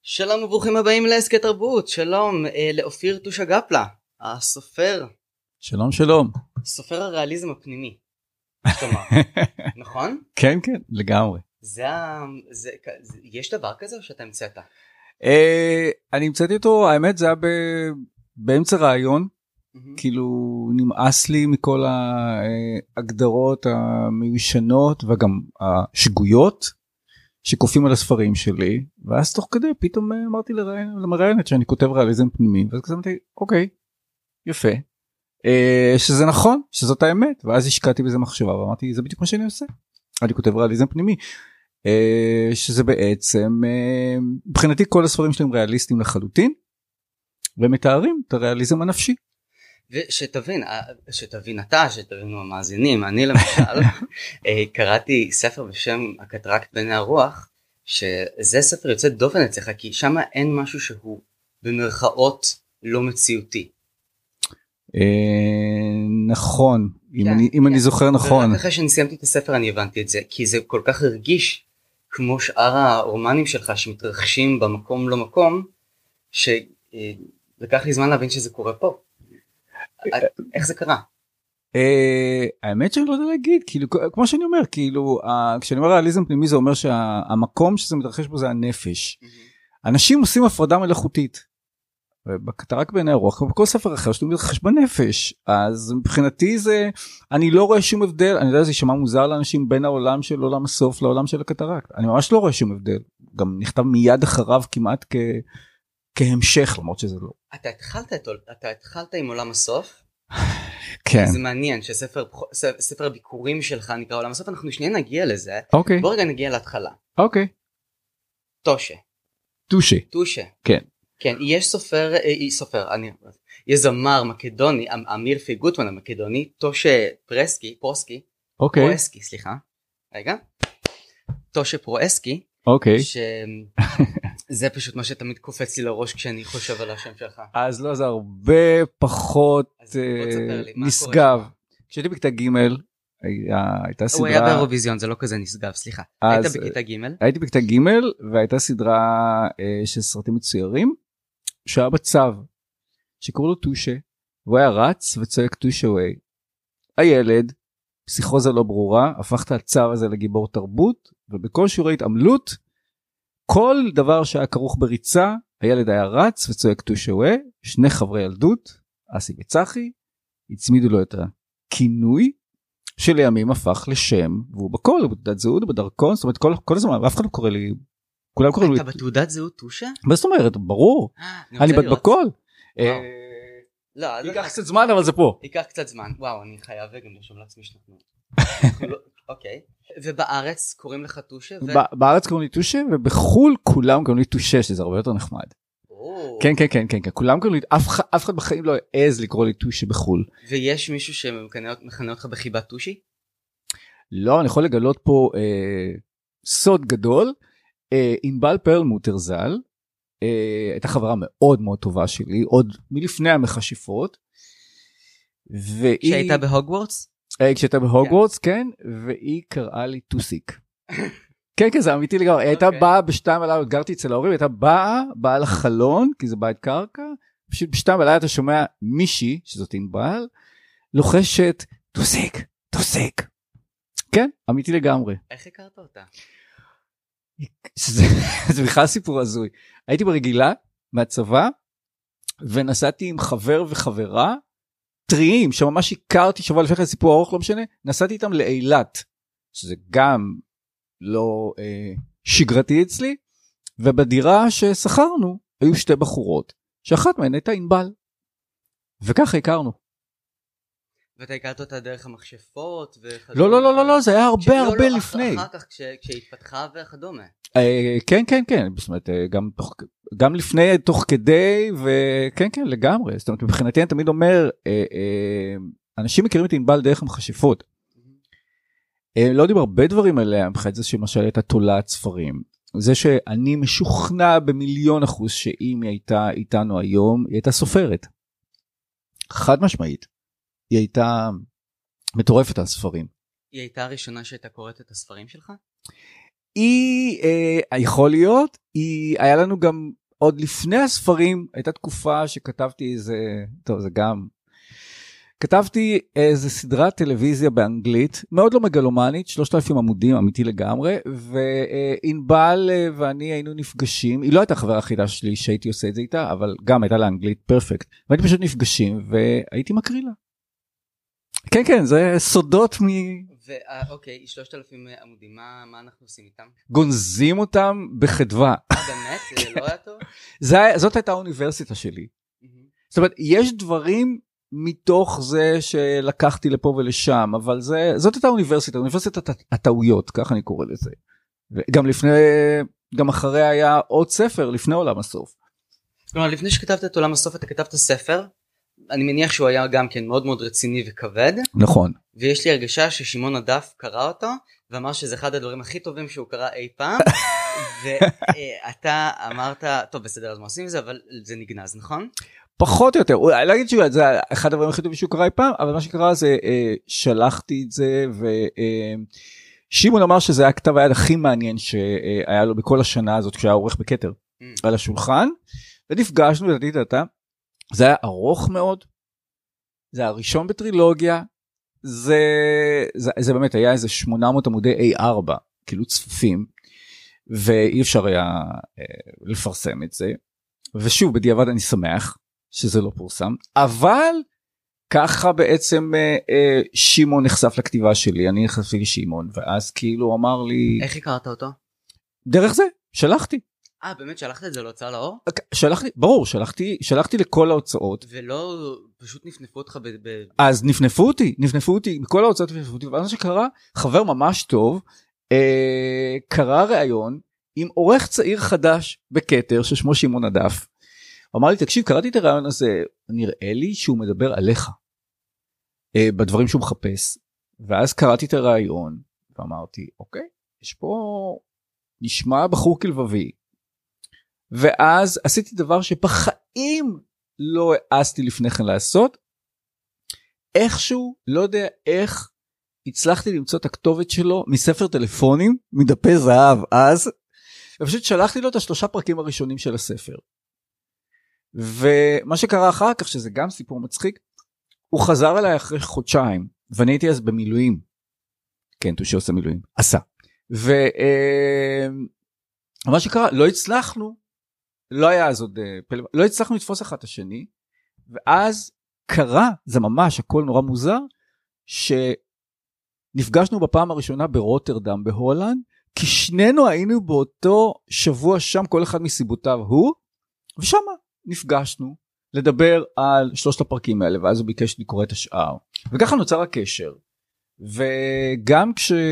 שלום וברוכים הבאים לעסקי תרבות, שלום לאופיר טושה גפלה, הסופר. שלום שלום. סופר הריאליזם הפנימי, כלומר, נכון? כן כן, לגמרי. יש דבר כזה או שאתה המצאת? אני המצאתי אותו, האמת זה היה באמצע רעיון, כאילו נמאס לי מכל ההגדרות המיושנות וגם השגויות, שקופים על הספרים שלי, ואז תוך כדי פתאום אמרתי למראיינת שאני כותב ריאליזם פנימי, ואז כזה אמרתי, אוקיי, יפה, שזה נכון, שזאת האמת, ואז השקעתי בזה מחשבה, ואמרתי, זה בדיוק מה שאני עושה, אני כותב ריאליזם פנימי, שזה בעצם, מבחינתי כל הספרים שלי הם ריאליסטים לחלוטין, ומתארים את הריאליזם הנפשי. ושתבין שתבינו המאזינים, אני למשל קראתי ספר בשם הקטרקט בעיני הרוח, שזה ספר יוצא דופן אצלך, כי שם אין משהו שהוא במרכאות לא מציאותי. נכון, אם אני זוכר נכון. ורק אחרי שאני סיימתי את הספר אני הבנתי את זה, כי זה כל כך הרגיש כמו שאר הרומנים שלך שמתרחשים במקום לא מקום, שלקח לי זמן להבין שזה קורה פה. איך זה קרה? האמת שאני לא יודע להגיד, כאילו, כמו שאני אומר, כאילו, כשאני אומר ריאליזם פנימי זה אומר שהמקום שזה מתרחש בו זה הנפש. אנשים עושים הפרדה מלאכותית, ובקטרקט בעיני הרוח, ובכל ספר אחר שאתה מתרחש בנפש, אז מבחינתי זה, אני לא רואה שום הבדל, אני יודע זה יישמע מוזר לאנשים בין העולם של עולם הסוף לעולם של הקטרקט, אני ממש לא רואה שום הבדל, גם נכתב מיד אחריו כמעט כהמשך, למרות שזה לא. אתה התחלת עם עולם הסוף? כן. זה מעניין שספר הביקורים שלך נקרא עולם הסוף, אנחנו שנייה נגיע לזה. אוקיי. בוא רגע נגיע להתחלה. אוקיי. טושה. כן. כן, יש יש זמר מקדוני, אמיר פיגוטמן המקדוני, טושה פרוסקי, אוקיי. טושה פרוסקי, אוקיי. זה פשוט מה שתמיד קופץ לי לראש כשאני חושב על השם שלך. אז לא, זה הרבה פחות נשגב. כשהייתי בכיתה ג' הייתה סדרה... הוא היה באירוויזיון, זה לא כזה נשגב, סליחה. היית בכיתה ג'? הייתי בכיתה ג' והייתה סדרה של סרטים מצוירים, שהיה בצו, שקראו לו טושה, והוא היה רץ וצועק טושה ווי. הילד, פסיכוזה לא ברורה, הפך את הצו הזה לגיבור תרבות, ובכל שיעורי התעמלות, כל דבר שהיה כרוך בריצה, הילד היה רץ וצועק טושה ווי, שני חברי ילדות, אסי וצחי, הצמידו לו את הכינוי, שלימים הפך לשם, והוא בכל, הוא בתעודת זהות, בדרכון, זאת אומרת כל הזמן, אף אחד לא קורא לי, כולם קוראים לי... אתה בתעודת זהות טושה? מה זאת אומרת? ברור, אני בכל. ייקח קצת זמן, אבל זה פה. ייקח קצת זמן, וואו, אני חייב גם לרשום לעצמי שנתנו. אוקיי, ובארץ קוראים לך טושה? בארץ קוראים לי טושה, ובחול כולם קוראים לי טושה, שזה הרבה יותר נחמד. כן, כולם קוראים לי, אף אחד בחיים לא העז לקרוא לי טושה בחול. ויש מישהו שמכנה אותך בחיבת טושי? לא, אני יכול לגלות פה סוד גדול. ענבל פרלמוטר ז"ל, הייתה חברה מאוד מאוד טובה שלי, עוד מלפני המכשפות. כשהייתה בהוגוורטס? כשהייתה בהוגוורטס, כן, והיא קראה לי טוסיק. כן, זה אמיתי לגמרי, היא הייתה באה בשתיים בלילה, גרתי אצל ההורים, היא הייתה באה לחלון, כי זה בית קרקע, פשוט בשתיים בלילה אתה שומע מישהי, שזאת ענבל, לוחשת, טוסיק. כן, אמיתי לגמרי. איך הכרת אותה? זה בכלל סיפור הזוי. הייתי ברגילה מהצבא, ונסעתי עם חבר וחברה, טריים, שממש הכרתי שבוע לפני כן, סיפור ארוך, לא משנה, נסעתי איתם לאילת, שזה גם לא שגרתי אצלי, ובדירה ששכרנו, היו שתי בחורות, שאחת מהן הייתה ענבל, וככה הכרנו. ואתה הכרת אותה דרך המכשפות? לא, זה היה הרבה לפני. אחר כך כשהתפתחה וכדומה. כן, זאת אומרת, גם לפני, תוך כדי, וכן, לגמרי. זאת אומרת, מבחינתי אני תמיד אומר, אנשים מכירים את ענבל דרך המכשפות. לא יודעים הרבה דברים עליה, מבחינת זה שמשל הייתה תולעת ספרים. זה שאני משוכנע ב1,000,000% שאם היא הייתה איתנו היום, היא הייתה סופרת. חד משמעית. היא הייתה מטורפת על ספרים. היא הייתה הראשונה שהייתה קוראת את הספרים שלך? יכול להיות, היה לנו גם עוד לפני הספרים, הייתה תקופה שכתבתי זה גם, כתבתי איזה סדרת טלוויזיה באנגלית, מאוד לא מגלומנית, 3,000 עמודים, אמיתי לגמרי, וענבל ואני היינו נפגשים, היא לא הייתה חברה היחידה שלי שהייתי עושה את זה איתה, אבל גם הייתה לה אנגלית פרפקט, והייתי פשוט נפגשים, והייתי מקריא לה. כן, זה סודות אוקיי, 3,000 עמודים, מה אנחנו עושים איתם? גונזים אותם בחדווה. באמת? זה לא היה טוב? זאת הייתה האוניברסיטה שלי. זאת אומרת, יש דברים מתוך זה שלקחתי לפה ולשם, אבל זאת הייתה אוניברסיטת הטעויות, ככה אני קורא לזה. גם אחריה היה עוד ספר לפני עולם הסוף. כלומר, לפני שכתבת את עולם הסוף, אתה כתבת ספר, אני מניח שהוא היה גם כן מאוד מאוד רציני וכבד. נכון. ויש לי הרגשה ששמעון הדף קרא אותו, ואמר שזה אחד הדברים הכי טובים שהוא קרא אי פעם, ואתה אמרת, טוב בסדר אז מה עושים זה, אבל זה נגנז, נכון? פחות או יותר, אני לא אגיד שזה אחד הדברים הכי טובים שהוא קרא אי פעם, אבל מה שקרה זה, שלחתי את זה, ושמעון אמר שזה היה כתב היד הכי מעניין שהיה לו בכל השנה הזאת, כשהיה עורך בכתר על השולחן, ונפגשנו, זה היה ארוך מאוד, זה היה הראשון בטרילוגיה, זה באמת היה איזה 800 עמודי A4, כאילו צפופים, ואי אפשר היה לפרסם את זה, ושוב בדיעבד אני שמח שזה לא פורסם, אבל ככה בעצם שמעון נחשף לכתיבה שלי, אני נחשפתי לשמעון, ואז כאילו הוא אמר לי... איך הכרת אותו? דרך זה, שלחתי. באמת שלחת את זה להוצאה לאור? שלחתי, ברור, שלחתי לכל ההוצאות. ולא פשוט נפנפו אותך אז נפנפו אותי, מכל ההוצאות נפנפו אותי, ואז מה שקרה, חבר ממש טוב, קרא ראיון עם עורך צעיר חדש בכתר, ששמו שמעון הדף. הוא אמר לי, תקשיב, קראתי את הראיון הזה, נראה לי שהוא מדבר עליך, בדברים שהוא מחפש, ואז קראתי את הראיון, ואמרתי, אוקיי, יש פה, נשמע בחור כלבבי, ואז עשיתי דבר שבחיים לא העזתי לפני כן לעשות, איכשהו, לא יודע איך, הצלחתי למצוא את הכתובת שלו מספר טלפונים, מדפי זהב אז, ופשוט שלחתי לו את 3 פרקים הראשונים של הספר. ומה שקרה אחר כך, שזה גם סיפור מצחיק, הוא חזר אליי אחרי חודשיים, ואני הייתי אז במילואים, כן, תושי עושה מילואים, עשה. ומה שקרה, לא הצלחנו, לא היה אז עוד פלא, לא הצלחנו לתפוס אחד את השני, ואז קרה, זה ממש הכל נורא מוזר, שנפגשנו בפעם הראשונה ברוטרדם בהולנד, כי שנינו היינו באותו שבוע שם, כל אחד מסיבותיו הוא, ושם נפגשנו לדבר על 3 הפרקים האלה, ואז הוא ביקש לקרוא את השאר, וככה נוצר הקשר, וגם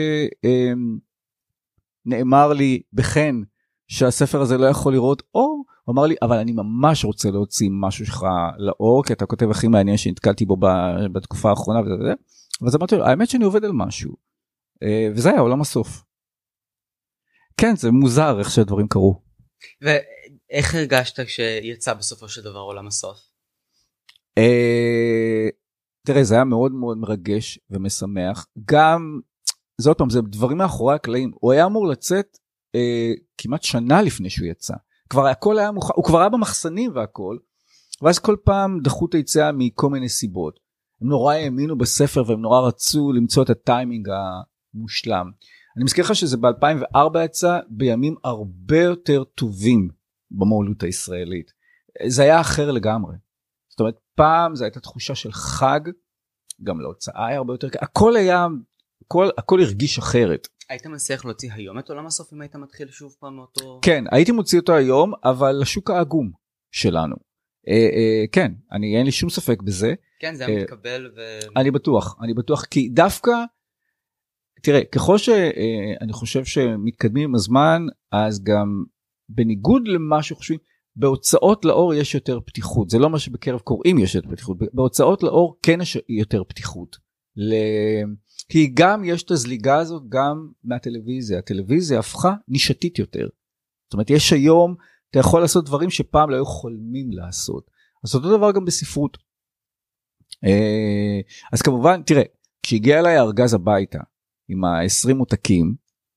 כשנאמר לי בכן, שהספר הזה לא יכול לראות אור, הוא אמר לי, אבל אני ממש רוצה להוציא משהו שלך לאור, כי אתה כותב הכי מעניין שנתקלתי בו בתקופה האחרונה, ואז אמרתי לו, האמת שאני עובד על משהו, וזה היה עולם הסוף. כן, זה מוזר איך שהדברים קרו. ואיך הרגשת כשיצא בסופו של דבר עולם הסוף? תראה, זה היה מאוד מאוד מרגש ומשמח, גם, זאת פעם, זה דברים מאחורי הקלעים, הוא היה אמור לצאת כמעט שנה לפני שהוא יצא, כבר הכל היה מוכן, הוא כבר היה במחסנים והכל, ואז כל פעם דחו את היציאה מכל מיני סיבות, הם נורא האמינו בספר והם נורא רצו למצוא את הטיימינג המושלם. אני מזכיר לך שזה ב-2004 יצא בימים הרבה יותר טובים במעלות הישראלית, זה היה אחר לגמרי, זאת אומרת פעם זה הייתה תחושה של חג, גם להוצאה היה הרבה יותר, הכל היה, הכל הרגיש אחרת. היית מצליח להוציא היום את עולם הסוף אם היית מתחיל שוב פעם מאותו... כן, הייתי מוציא אותו היום, אבל לשוק העגום שלנו. כן, אין לי שום ספק בזה. כן, זה היה מתקבל ו... אני בטוח, כי דווקא, תראה, ככל שאני חושב שמתקדמים עם הזמן, אז גם בניגוד למה שחושבים, בהוצאות לאור יש יותר פתיחות, זה לא מה שבקרב קוראים יש יותר פתיחות, בהוצאות לאור כן יש יותר פתיחות, כי גם יש את הזליגה הזאת גם מהטלוויזיה, הטלוויזיה הפכה נישתית יותר, זאת אומרת יש היום, אתה יכול לעשות דברים שפעם לא היו חולמים לעשות, אז אותו דבר גם בספרות, אז כמובן, תראה, כשהגיע אליי הארגז הביתה, עם ה-20 מותקים,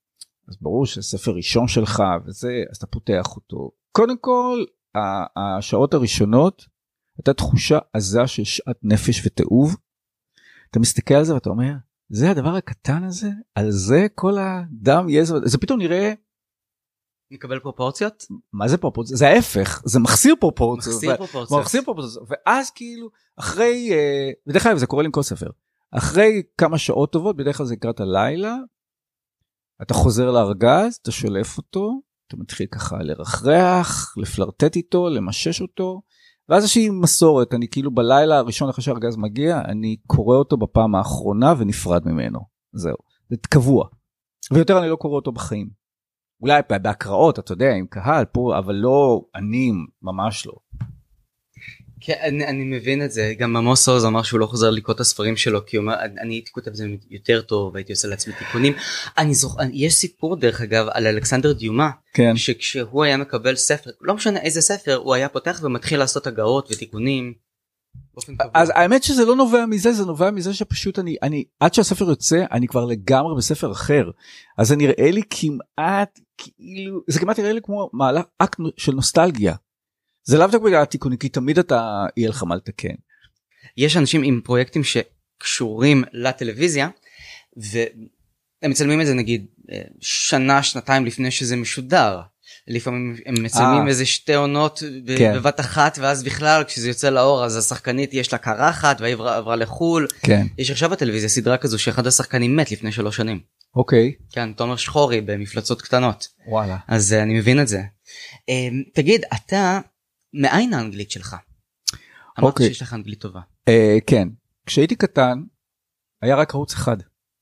אז ברור שספר ראשון שלך וזה, אז אתה פותח אותו. קודם כל, השעות הראשונות, הייתה תחושה עזה של שאט נפש ותאוב. אתה מסתכל על זה ואתה אומר, זה הדבר הקטן הזה? על זה כל הדם יזע, זה פתאום נראה... מקבל פרופורציות? מה זה פרופורציות? זה ההפך, זה מחסיר פרופורציות. מחסיר פרופורציות. ואז כאילו, אחרי, בדרך כלל זה קורה לי עם כל ספר, אחרי כמה שעות טובות, בדרך כלל זה לקראת הלילה, אתה חוזר לארגז, אתה שולף אותו, אתה מתחיל ככה לרחרח, לפלרטט איתו, למשש אותו, ואז יש לי מסורת, אני כאילו בלילה הראשון אחרי שהארגז מגיע, אני קורא אותו בפעם האחרונה ונפרד ממנו. זהו, זה קבוע. ויותר אני לא קורא אותו בחיים. אולי בהקראות, אתה יודע, עם קהל פה, אבל לא, אני ממש לא. כן, אני מבין את זה. גם עמוס עוז אמר שהוא לא חוזר לקרוא את הספרים שלו, כי הוא אומר, אני הייתי כותב את זה יותר טוב, והייתי עושה לעצמי תיקונים. יש סיפור דרך אגב על אלכסנדר דיומה, כן. שכשהוא היה מקבל ספר, לא משנה איזה ספר, הוא היה פותח ומתחיל לעשות הגאות ותיקונים. אז האמת שזה לא נובע מזה, זה נובע מזה שפשוט אני עד שהספר יוצא, אני כבר לגמרי בספר אחר. אז זה נראה לי כמעט, כאילו, זה כמעט נראה לי כמו מהלך אקט של נוסטלגיה. זה לאו דווקא בגלל התיקונים, כי תמיד יהיה לך מה לתקן. יש אנשים עם פרויקטים שקשורים לטלוויזיה, והם מצלמים את זה נגיד שנה, שנתיים לפני שזה משודר. לפעמים הם מצלמים איזה שתי עונות בבת אחת, ואז בכלל כשזה יוצא לאור, אז השחקנית יש לה קרחת, והיא עברה לחול. יש עכשיו בטלוויזיה סדרה כזו שאחד השחקנים מת לפני 3 שנים. אוקיי. כן, תומר שחורי במפלצות קטנות. וואלה. אז אני מבין את זה. תגיד, אתה... מאין האנגלית שלך? אמרת שיש לך אנגלית טובה. כן, כשהייתי קטן, היה רק ערוץ אחד.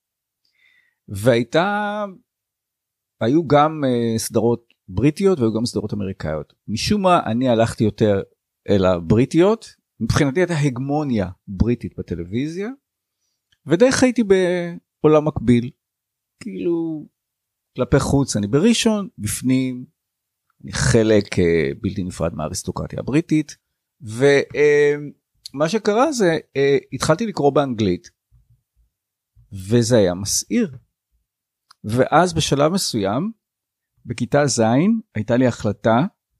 והיו גם סדרות בריטיות, והיו גם סדרות אמריקאיות. משום מה, אני הלכתי יותר אל הבריטיות, מבחינתי הייתה הגמוניה בריטית בטלוויזיה, ודי חייתי בעולם מקביל. כאילו, כלפי חוץ, אני בראשון, בפנים, אני חלק בלתי נפרד מהאריסטוקרטיה הבריטית, ומה שקרה זה, התחלתי לקרוא באנגלית, וזה היה מסעיר. ואז בשלב מסוים, בכיתה ז' הייתה לי החלטה,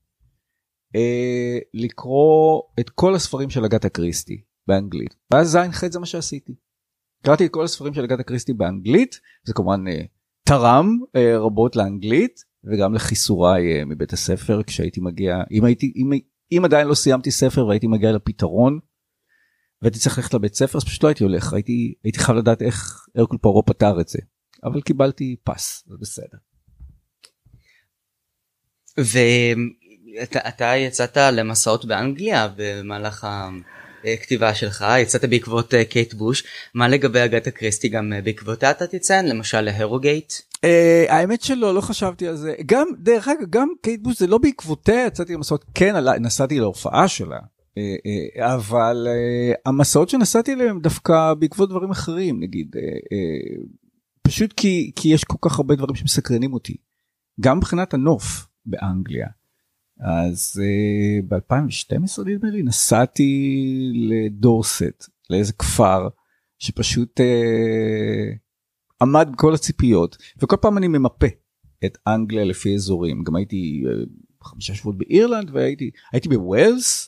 לקרוא את כל הספרים של אגתה קריסטי באנגלית. ואז ז' ח' זה מה שעשיתי. קראתי את כל הספרים של אגתה קריסטי באנגלית, זה כמובן תרם רבות לאנגלית, וגם לחיסוריי מבית הספר, כשהייתי מגיע, אם עדיין לא סיימתי ספר והייתי מגיע לפתרון, והייתי צריך ללכת לבית ספר, אז פשוט לא הייתי הולך, הייתי חייב לדעת איך הרקול פוארו פתר את זה, אבל קיבלתי פס, זה בסדר. ואתה יצאת למסעות באנגליה במהלך הכתיבה שלך, יצאת בעקבות קייט בוש, מה לגבי אגתה קריסטי גם בעקבותה אתה תציין, למשל להרוגייט? האמת שלא, לא חשבתי על זה. גם, דרך אגב, גם קייט בוש זה לא בעקבותיה, יצאתי למסעות, כן, נסעתי להופעה שלה, אבל המסעות שנסעתי אליהם דווקא בעקבות דברים אחרים, נגיד, פשוט כי יש כל כך הרבה דברים שמסקרנים אותי, גם מבחינת הנוף באנגליה. אז ב-2012 נדמה לי, נסעתי לדורסט, לאיזה כפר, שפשוט עמד בכל הציפיות, וכל פעם אני ממפה את אנגליה לפי אזורים. גם הייתי 5 שבועות באירלנד, והייתי בווילס,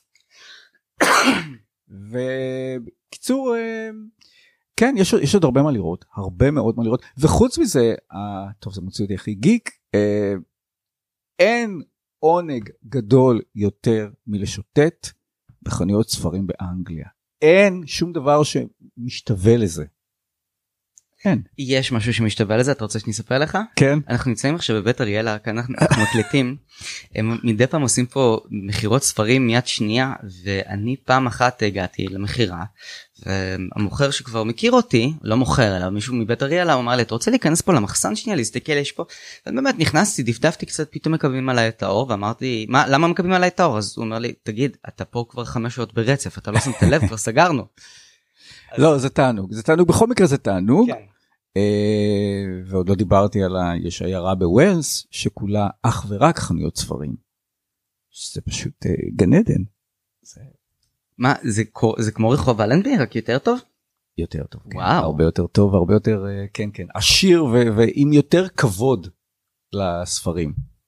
וקיצור, כן, יש עוד הרבה מה לראות, הרבה מאוד מה לראות, וחוץ מזה, טוב, זה מוציא אותי הכי גיק, אין עונג גדול יותר מלשוטט בחנויות ספרים באנגליה. אין שום דבר שמשתווה לזה. אין. יש משהו שמשתווה לזה, אתה רוצה שאני אספר לך? כן. אנחנו נמצאים עכשיו בבית אריאלה, כאן אנחנו מקליטים, הם מדי פעם עושים פה מחירות ספרים מיד שנייה, ואני פעם אחת הגעתי למחירה, והמוכר שכבר מכיר אותי, לא מוכר, אלא מישהו מבית אריאלה, הוא אמר לי, אתה רוצה להיכנס פה למחסן שנייה, להסתכל, יש פה, ובאמת נכנסתי, דפדפתי קצת, פתאום מקבלים עליי את האור, ואמרתי, למה מקבלים עליי את האור? אז הוא אומר לי, תגיד, אתה פה כבר 5 שעות ברצף, אתה לא שמת לב, כבר סגרנו. לא, זה תענוג, בכל מקרה זה תענוג. ועוד לא דיברתי על יש עיירה בווילס שכולה אך ורק חנויות ספרים. זה פשוט גן עדן. מה, זה כמו רחוב אלנבי, רק יותר טוב? יותר טוב, וואו. הרבה יותר טוב, הרבה יותר, כן, עשיר ועם יותר כבוד לספרים.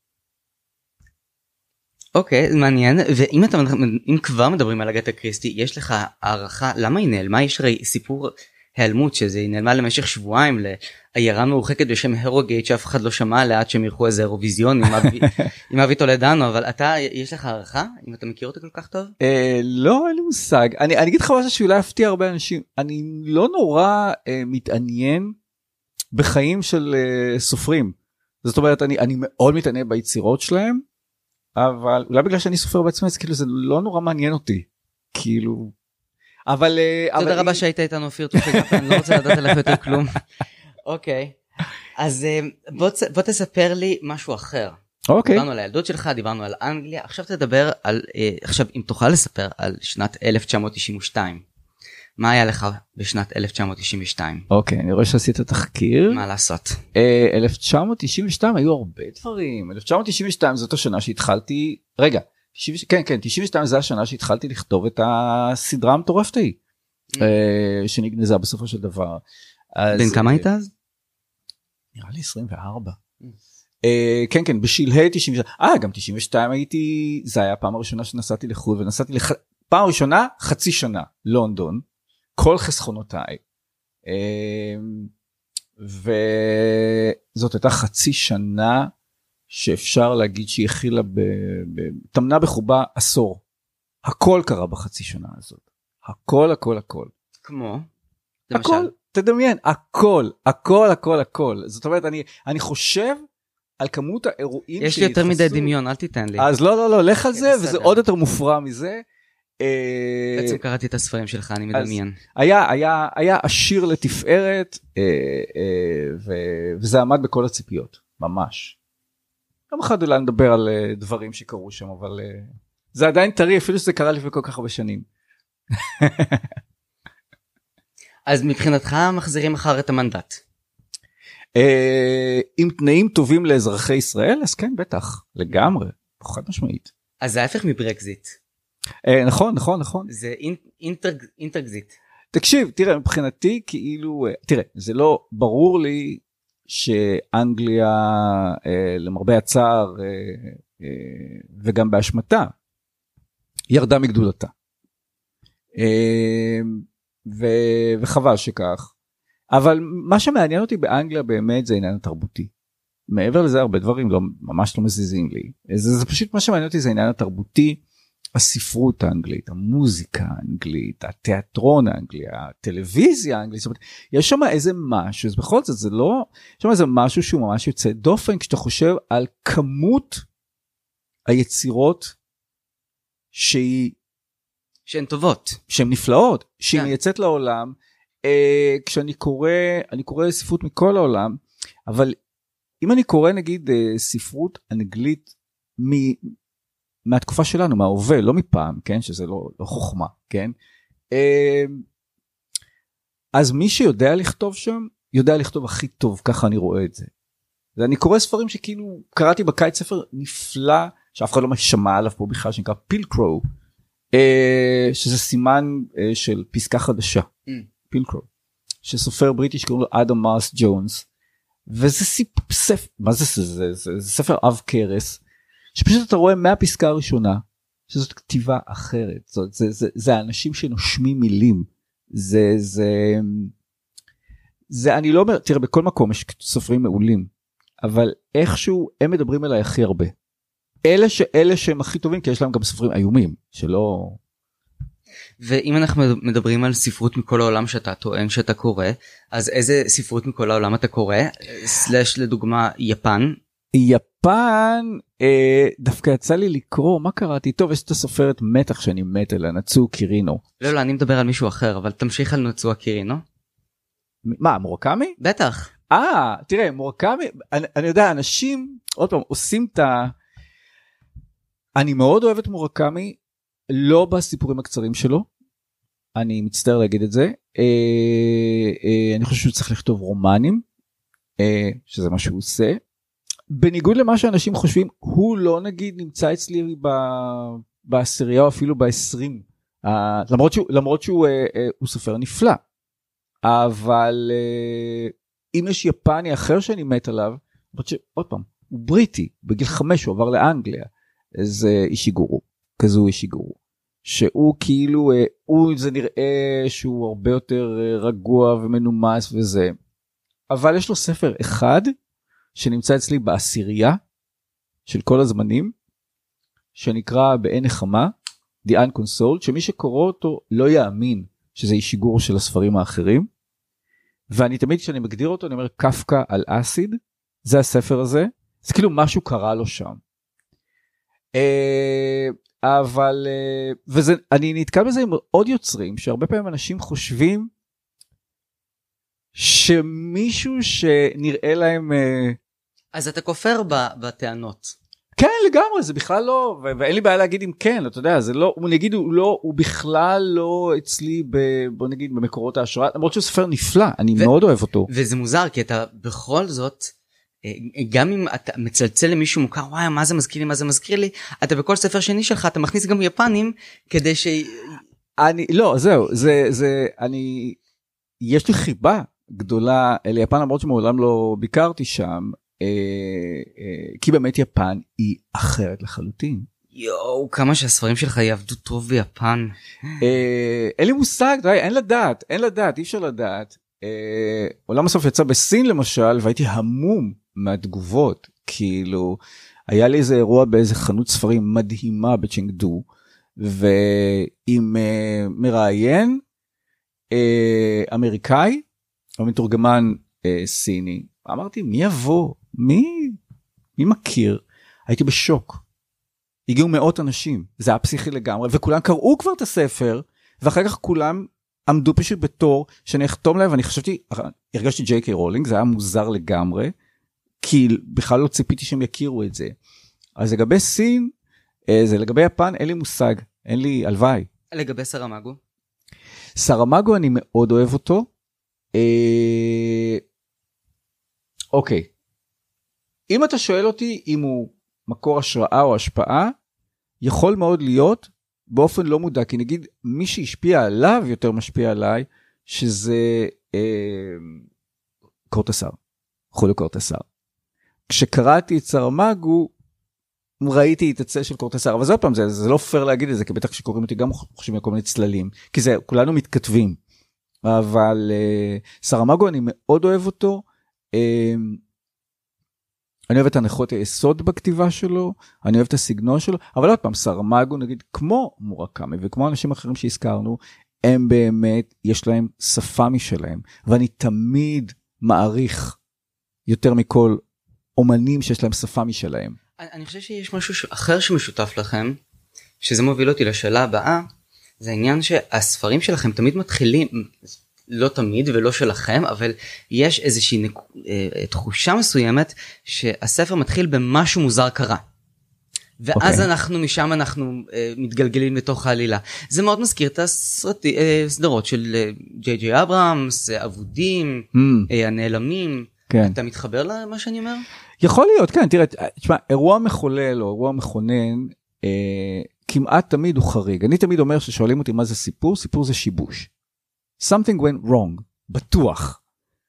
אוקיי, מעניין. ואם אם כבר מדברים על אגתה קריסטי, יש לך הערכה למה היא נעלמה? יש הרי סיפור העלמות שזה היא נעלמה למשך שבועיים לעיירה מרוחקת בשם הרוגייט שאף אחד לא שמע עליה עד שהם ילכו איזה אירוויזיון עם אבי טולדנו. אבל אתה, יש לך הערכה אם אתה מכיר אותה כל כך טוב? לא, אין לי מושג. אני אגיד לך משהו שאולי יפתיע הרבה אנשים. אני לא נורא מתעניין בחיים של סופרים. זאת אומרת, אני מאוד מתעניין ביצירות שלהם, אבל אולי בגלל שאני סופר בעצמי, אז כאילו זה לא נורא מעניין אותי. כאילו... אבל... תודה רבה שהיית איתנו, אופיר טופגפן, אני לא רוצה לדעת עליך יותר כלום. אוקיי. אז בוא תספר לי משהו אחר. אוקיי. דיברנו על הילדות שלך, דיברנו על אנגליה, עכשיו תדבר על... עכשיו, אם תוכל לספר על שנת 1992. מה היה לך בשנת 1992? אוקיי, אני רואה שעשית תחקיר. מה לעשות? 1992 היו הרבה דברים. 1992 זאת השנה שהתחלתי... רגע. כן, 92 זה השנה שהתחלתי לכתוב את הסדרה המטורפת ההיא, שנגנזה בסופו של דבר. בן כמה היית אז? נראה לי 24. כן, בשלהי 92, גם 92 הייתי, זה היה הפעם הראשונה שנסעתי לחו"ל, ונסעתי פעם ראשונה, חצי שנה, לונדון, כל חסכונותיי, וזאת הייתה חצי שנה, שאפשר להגיד שהיא הכילה תמנה בחובה עשור. הכל קרה בחצי שנה הזאת. הכל. כמו? הכל, תדמיין, הכל. זאת אומרת, אני חושב על כמות האירועים יש לי יותר מדי דמיון, אל תיתן לי. אז לא, לך על זה, וזה עוד יותר מופרע מזה. בעצם קראתי את הספרים שלך, אני מדמיין. היה עשיר לתפארת, וזה עמד בכל הציפיות, ממש. גם אחד אולי נדבר על דברים שקרו שם, אבל זה עדיין טרי, אפילו שזה קרה לפני כל כך הרבה שנים. אז מבחינתך מחזירים אחר את המנדט? עם תנאים טובים לאזרחי ישראל, אז כן, בטח, לגמרי, חד משמעית. אז זה ההפך מברקזיט. נכון. זה אינטרגזיט. תקשיב, תראה, מבחינתי כאילו, תראה, זה לא ברור לי, שאנגליה למרבה הצער וגם באשמתה ירדה מגדולתה, וחבל שכך. אבל מה שמעניין אותי באנגליה באמת זה העניין התרבותי. מעבר לזה הרבה דברים ממש לא מזיזים לי. זה פשוט מה שמעניין אותי זה העניין התרבותי, הספרות האנגלית, המוזיקה האנגלית, התיאטרון האנגלי, הטלוויזיה האנגלית, זאת אומרת, יש שם איזה משהו, אז בכל זאת זה לא, יש שם איזה משהו שהוא ממש יוצא דופן, כשאתה חושב על כמות היצירות שהן טובות, שהן נפלאות, שהיא מייצאת לעולם, כשאני קורא ספרות מכל העולם, אבל אם אני קורא נגיד ספרות אנגלית מהתקופה שלנו, מההווה, לא מפעם, כן, שזה לא חוכמה, כן, אז מי שיודע לכתוב שם, יודע לכתוב הכי טוב, ככה אני רואה את זה. ואני קורא ספרים שכאילו, קראתי בקיץ ספר נפלא, שאף אחד לא שמע עליו פה בכלל, שנקרא פילקרו, שזה סימן של פסקה חדשה, פילקרו, שסופר בריטי שקוראים לו אדם מרס ג'ונס, וזה ספר, מה זה? זה ספר אב קרס, שפשוט אתה רואה מהפסקה הראשונה, שזאת כתיבה אחרת, זה האנשים שנושמים מילים, זה אני לא אומר, תראה בכל מקום יש סופרים מעולים, אבל איכשהו הם מדברים אליי הכי הרבה, אלה שהם הכי טובים, כי יש להם גם סופרים איומים, שלא... ואם אנחנו מדברים על ספרות מכל העולם שאתה טוען שאתה קורא, אז איזה ספרות מכל העולם אתה קורא? סלש לדוגמה יפן? יפן, דווקא יצא לי לקרוא, מה קראתי? טוב, יש את הסופרת מתח שאני מת אליה, נצו קירינו. לא, אני מדבר על מישהו אחר, אבל תמשיך על נצו קירינו. מה, מורקמי? בטח. תראה, מורקמי, אני יודע, אנשים, עוד פעם, עושים את ה... אני מאוד אוהב את מורקמי, לא בסיפורים הקצרים שלו, אני מצטער להגיד את זה, אני חושב שהוא צריך לכתוב רומנים, שזה מה שהוא עושה, בניגוד למה שאנשים חושבים, הוא לא נגיד נמצא אצלי בעשירייה או אפילו ב-20, למרות שהוא סופר נפלא, אבל אם יש יפני אחר שאני מת עליו, עוד פעם, הוא בריטי, בגיל 5 הוא עבר לאנגליה, איזה אישיגורו, כזו אישיגורו, שהוא כאילו, זה נראה שהוא הרבה יותר רגוע ומנומס וזה, אבל יש לו ספר אחד, שנמצא אצלי בעשירייה, של כל הזמנים, שנקרא בעין נחמה, The Unconsoled, שמי שקורא אותו לא יאמין שזה אישיגורו של הספרים האחרים, ואני תמיד כשאני מגדיר אותו, אני אומר קפקא על אסיד, זה הספר הזה, זה כאילו משהו קרה לו שם. אבל, אני נתקל בזה עם עוד יוצרים, שהרבה פעמים אנשים חושבים, שמישהו שנראה להם... אז אתה כופר בטענות. כן, לגמרי, זה בכלל לא, ואין לי בעיה להגיד אם כן, אתה יודע, זה לא, הוא נגיד, הוא בכלל לא אצלי, בוא נגיד, במקורות ההשראה, למרות שהוא ספר נפלא, אני מאוד אוהב אותו. וזה מוזר, כי אתה בכל זאת, גם אם אתה מצלצל למישהו מוכר, וואי, מה זה מזכיר לי, מה זה מזכיר לי, אתה בכל ספר שני שלך, אתה מכניס גם יפנים, כדי ש... לא, זהו, יש לי חיבה גדולה ליפן, למרות שמעולם לא ביקרתי שם, כי באמת יפן היא אחרת לחלוטין. יואו, כמה שהספרים שלך יעבדו טוב ביפן. אין לי מושג, אין לדעת, אי אפשר לדעת. עולם הסוף יצא בסין למשל, והייתי המום מהתגובות, כאילו, היה לי איזה אירוע באיזה חנות ספרים מדהימה בצ'ינגדו, ועם מראיין אמריקאי, או מתורגמן סיני, אמרתי, מי יבוא? מי מכיר? הייתי בשוק. הגיעו מאות אנשים, זה היה פסיכי לגמרי, וכולם קראו כבר את הספר, ואחר כך כולם עמדו פשוט בתור, שאני אחתום להם, ואני חשבתי, הרגשתי ג'יי קיי רולינג, זה היה מוזר לגמרי, כי בכלל לא ציפיתי שהם יכירו את זה. אז לגבי סין, זה לגבי יפן, אין לי מושג, אין לי הלוואי. לגבי סרמגו? סרמגו אני מאוד אוהב אותו, אוקיי. אם אתה שואל אותי אם הוא מקור השראה או השפעה, יכול מאוד להיות באופן לא מודע, כי נגיד מי שהשפיע עליו יותר משפיע עליי, שזה קורטסר, חולו קורטסר. כשקראתי את סרמגו, ראיתי את הצל של קורטסר, אבל זה עוד פעם, זה לא פייר להגיד את זה, כי בטח כשקוראים אותי גם חושבים על כל מיני צללים, כי זה, כולנו מתכתבים. אבל סרמגו אני מאוד אוהב אותו, אני אוהב את הנחות היסוד בכתיבה שלו, אני אוהב את הסגנון שלו, אבל עוד פעם, סרמגו נגיד, כמו מורקאמי וכמו אנשים אחרים שהזכרנו, הם באמת, יש להם שפה משלהם, ואני תמיד מעריך יותר מכל אומנים שיש להם שפה משלהם. אני חושב שיש משהו אחר שמשותף לכם, שזה מוביל אותי לשאלה הבאה, זה העניין שהספרים שלכם תמיד מתחילים, לא תמיד ולא שלכם, אבל יש איזושהי תחושה מסוימת שהספר מתחיל במשהו מוזר קרה. ואז אנחנו משם אנחנו מתגלגלים לתוך העלילה. זה מאוד מזכיר את הסדרות של ג'יי ג'יי אברהמס, אבודים, הנעלמים. אתה מתחבר למה שאני אומר? יכול להיות, כן, תראה, תשמע, אירוע מחולל או אירוע מכונן, כמעט תמיד הוא חריג. אני תמיד אומר ששואלים אותי מה זה סיפור, סיפור זה שיבוש. Something went wrong, בטוח.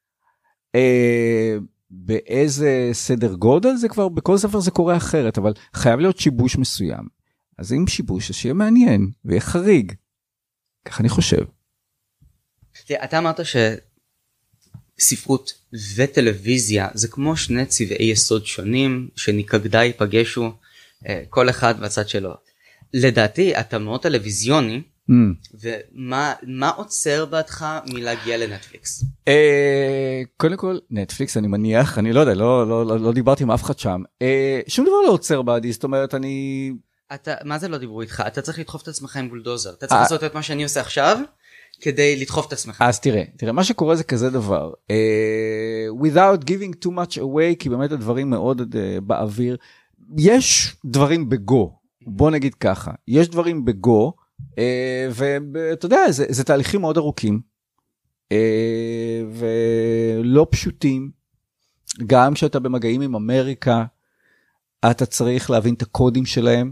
באיזה סדר גודל זה כבר, בכל ספר זה קורה אחרת, אבל חייב להיות שיבוש מסוים. אז אם שיבוש, אז שיהיה מעניין, ויהיה חריג. כך אני חושב. אתה אמרת שספרות וטלוויזיה, זה כמו שני צבעי יסוד שונים, שנקגדה ייפגשו, כל אחד בצד שלו. לדעתי, אתה מאוד טלוויזיוני, ומה עוצר בעדך מלהגיע לנטפליקס? קודם כל, נטפליקס, אני מניח, אני לא יודע, לא דיברתי עם אף אחד שם. שום דבר לא עוצר בעדי, זאת אומרת, מה זה לא דיברו איתך? אתה צריך לדחוף את עצמך עם בולדוזר. אתה צריך לעשות את מה שאני עושה עכשיו, כדי לדחוף את עצמך. אז תראה, מה שקורה זה כזה דבר. Without giving too much away, כי באמת הדברים מאוד באוויר, יש דברים בגו, בוא נגיד ככה, יש דברים בגו, ואתה יודע, זה תהליכים מאוד ארוכים, ולא פשוטים, גם כשאתה במגעים עם אמריקה, אתה צריך להבין את הקודים שלהם,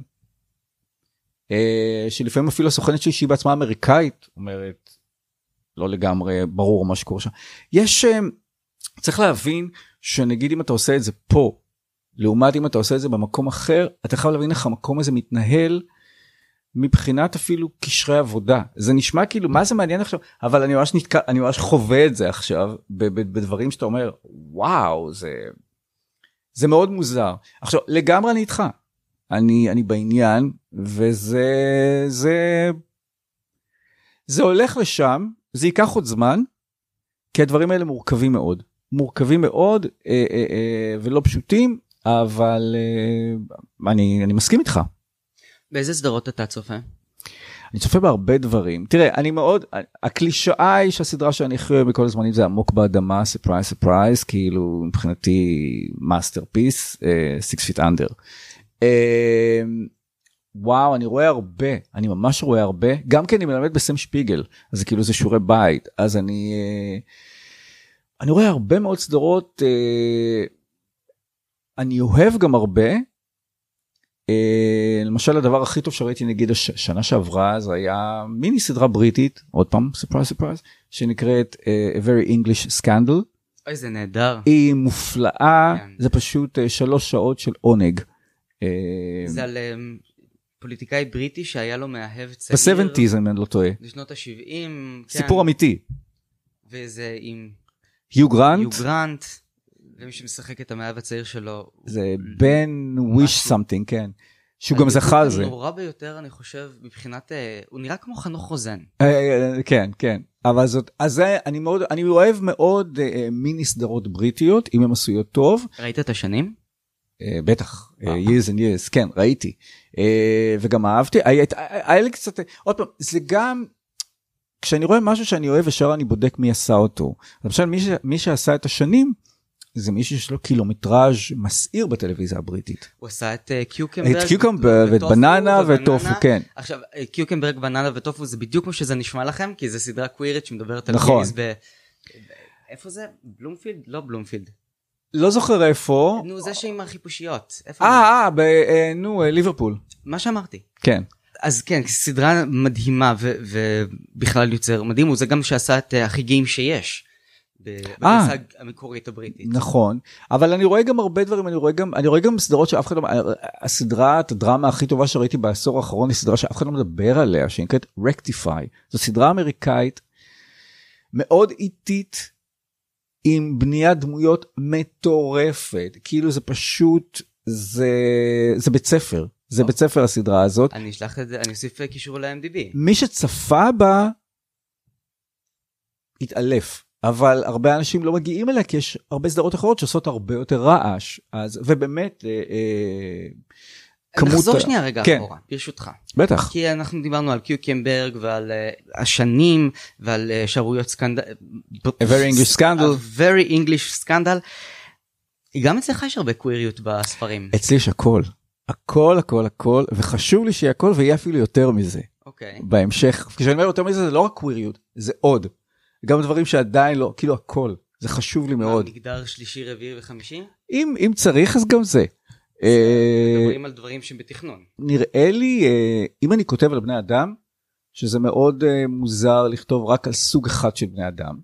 שלפעמים אפילו הסוכנת שלי שהיא בעצמה אמריקאית, אומרת, לא לגמרי ברור מה שקורה שם. צריך להבין שנגיד אם אתה עושה את זה פה, לעומת אם אתה עושה את זה במקום אחר, אתה חייב להבין איך המקום הזה מתנהל, מבחינת אפילו קשרי עבודה. זה נשמע כאילו, מה זה מעניין עכשיו? אבל אני ממש חווה את זה עכשיו, בדברים שאתה אומר, וואו, זה מאוד מוזר. עכשיו, לגמרי אני איתך. אני בעניין, זה הולך לשם, זה ייקח עוד זמן, כי הדברים האלה מורכבים מאוד, ולא פשוטים, אבל אני מסכים איתך. באיזה סדרות אתה צופה? אני צופה בהרבה דברים. תראה, הקלישאה היא שהסדרה שאני הכי אוהב בכל הזמנים זה עמוק באדמה, surprise, כאילו מבחינתי masterpiece, 6 feet under. וואו, אני רואה הרבה, אני ממש רואה הרבה, גם כי אני מלמד בסם שפיגל, אז כאילו זה שיעורי בית, אז אני רואה הרבה מאוד סדרות, אני אוהב גם הרבה, למשל הדבר הכי טוב שראיתי נגיד השנה שעברה, זה היה מיני סדרה בריטית, עוד פעם, surprise, שנקראת A Very English Scandal. אוי, זה נהדר. היא מופלאה, זה פשוט 3 שעות של עונג. זה על פוליטיקאי בריטי שהיה לו מאהב צעיר. ב-70s אני לא טועה. בשנות ה-70. סיפור אמיתי. וזה עם היו גרנט. ומי שמשחק את המאהב הצעיר שלו. זה בן wish something, כן. שהוא גם זכה על זה. נורא ביותר, אני חושב, מבחינת, הוא נראה כמו חנוך רוזן. כן. אבל אני אוהב מאוד מיני סדרות בריטיות, אם הן עשויות טוב. ראית את השנים? בטח, years and years, כן, ראיתי. וגם אהבתי, היה לי קצת, עוד פעם, זה גם, כשאני רואה משהו שאני אוהב, ישר אני בודק מי עשה אותו. למשל, מי שעשה את השנים, זה מישהו שיש לו קילומטראז' מסעיר בטלוויזיה הבריטית. הוא עשה את קיוקמברג. את קיוקמברג ואת בננה וטופו, כן. עכשיו, קיוקמברג, בננה וטופו זה בדיוק כמו שזה נשמע לכם, כי זה סדרה קווירית שמדברת על נכון. איפה זה? בלומפילד? לא בלומפילד. לא זוכר איפה. נו, זה שעם החיפושיות. ליברפול. מה שאמרתי. כן. אז כן, סדרה מדהימה ובכלל יוצר מדהים, הוא זה גם שעשה את הכי גאים שיש. בגרסה המקורית הבריטית. נכון, אבל אני רואה גם הרבה דברים, אני רואה גם סדרות שאף אחד לא, הסדרת הדרמה הכי טובה שראיתי בעשור האחרון, היא סדרה שאף אחד לא מדבר עליה, שנקראת Rectify. זו סדרה אמריקאית, מאוד איטית, עם בניית דמויות מטורפת, כאילו זה פשוט, זה בית ספר, זה בית ספר הסדרה הזאת. אני אשלח את זה, אני אוסיף קישור ל-IMDb. מי שצפה בה, התעלף. אבל הרבה אנשים לא מגיעים אליה, כי יש הרבה סדרות אחרות שעושות הרבה יותר רעש, ובאמת, נחזור שנייה רגע אחורה, ברשותך. בטח. כי אנחנו דיברנו על קיוקמברג ועל השנים, ועל שערויות סקנדל. A very English scandal. A very English scandal. גם אצלך יש הרבה קוויריות בספרים. אצלי יש הכל. הכל, וחשוב לי שיהיה הכל, ויהיה אפילו יותר מזה. אוקיי. בהמשך, כשאני אומר יותר מזה, זה לא רק קוויריות, זה עוד. גם דברים שעדיין לא, כאילו הכל, זה חשוב לי מאוד. מגדר שלישי, רביעי וחמישי? אם צריך, אז גם זה. מדברים על דברים שבתכנון. נראה לי, אם אני כותב על בני אדם, שזה מאוד מוזר לכתוב רק על סוג אחד של בני אדם,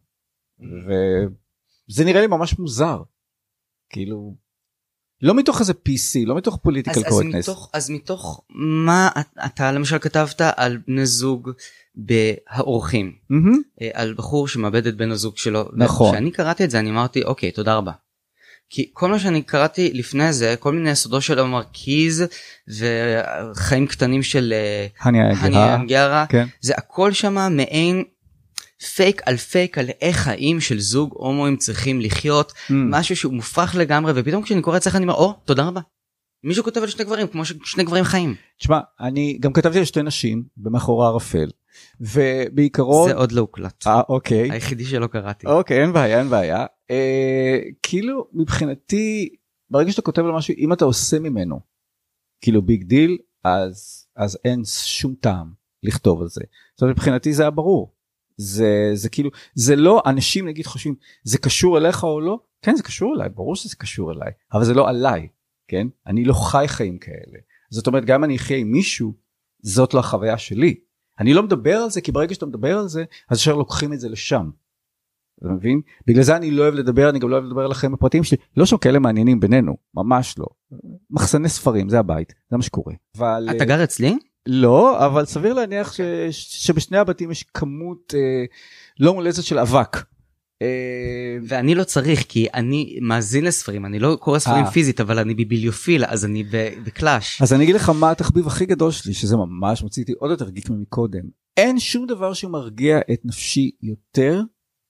וזה נראה לי ממש מוזר. כאילו, לא מתוך איזה PC, לא מתוך פוליטיקל קורקטנס. אז מתוך מה אתה למשל כתבת על בני זוג באורחים, על בחור שמאבד את בן הזוג שלו. נכון. כשאני קראתי את זה אני אמרתי אוקיי, תודה רבה. כי כל מה שאני קראתי לפני זה, כל מיני יסודות של המרקיז וחיים קטנים של הניה אנגרה, זה הכל שמה מעין פייק על איך חיים של זוג הומואים צריכים לחיות, משהו שהוא מופרך לגמרי, ופתאום כשאני קורא את זה אני אומר, תודה רבה. מישהו כותב על שני גברים, כמו ששני גברים חיים. תשמע, אני גם כתבתי על שתי נשים במאחורי ערפל, ובעיקרון... זה עוד לא הוקלט. אוקיי. היחידי שלא קראתי. אוקיי, אין בעיה. כאילו, מבחינתי, ברגע שאתה כותב על משהו, אם אתה עושה ממנו, כאילו ביג דיל, אז אין שום טעם לכתוב על זה. זאת אומרת, מבחינתי זה היה ברור. זה כאילו, זה לא, אנשים נגיד חושבים, זה קשור אליך או לא? כן, זה קשור אליי, ברור שזה קשור אליי, אבל זה לא עליי, כן? אני לא חי חיים כאלה. זאת אומרת, גם אני אחיה עם מישהו, זאת לא החוויה שלי. אני לא מדבר על זה, כי ברגע שאתה מדבר על זה, אז אפשר לוקחים את זה לשם. אתה מבין? בגלל זה אני לא אוהב לדבר, אני גם לא אוהב לדבר לכם בפרטים שלי, לא שהם כאלה מעניינים בינינו, ממש לא. מחסני ספרים, זה הבית, זה מה שקורה. אבל, אתה גר אצלי? לא, אבל סביר להניח שבשני הבתים יש כמות לא מולצת של אבק. ואני לא צריך, כי אני מאזין לספרים, אני לא קורא ספרים פיזית, אבל אני ביבליופיל, אז אני בקלאש. אז אני אגיד לך מה התחביב הכי גדול שלי, שזה ממש מציתי עוד יותר גיק ממקודם. אין שום דבר שמרגיע את נפשי יותר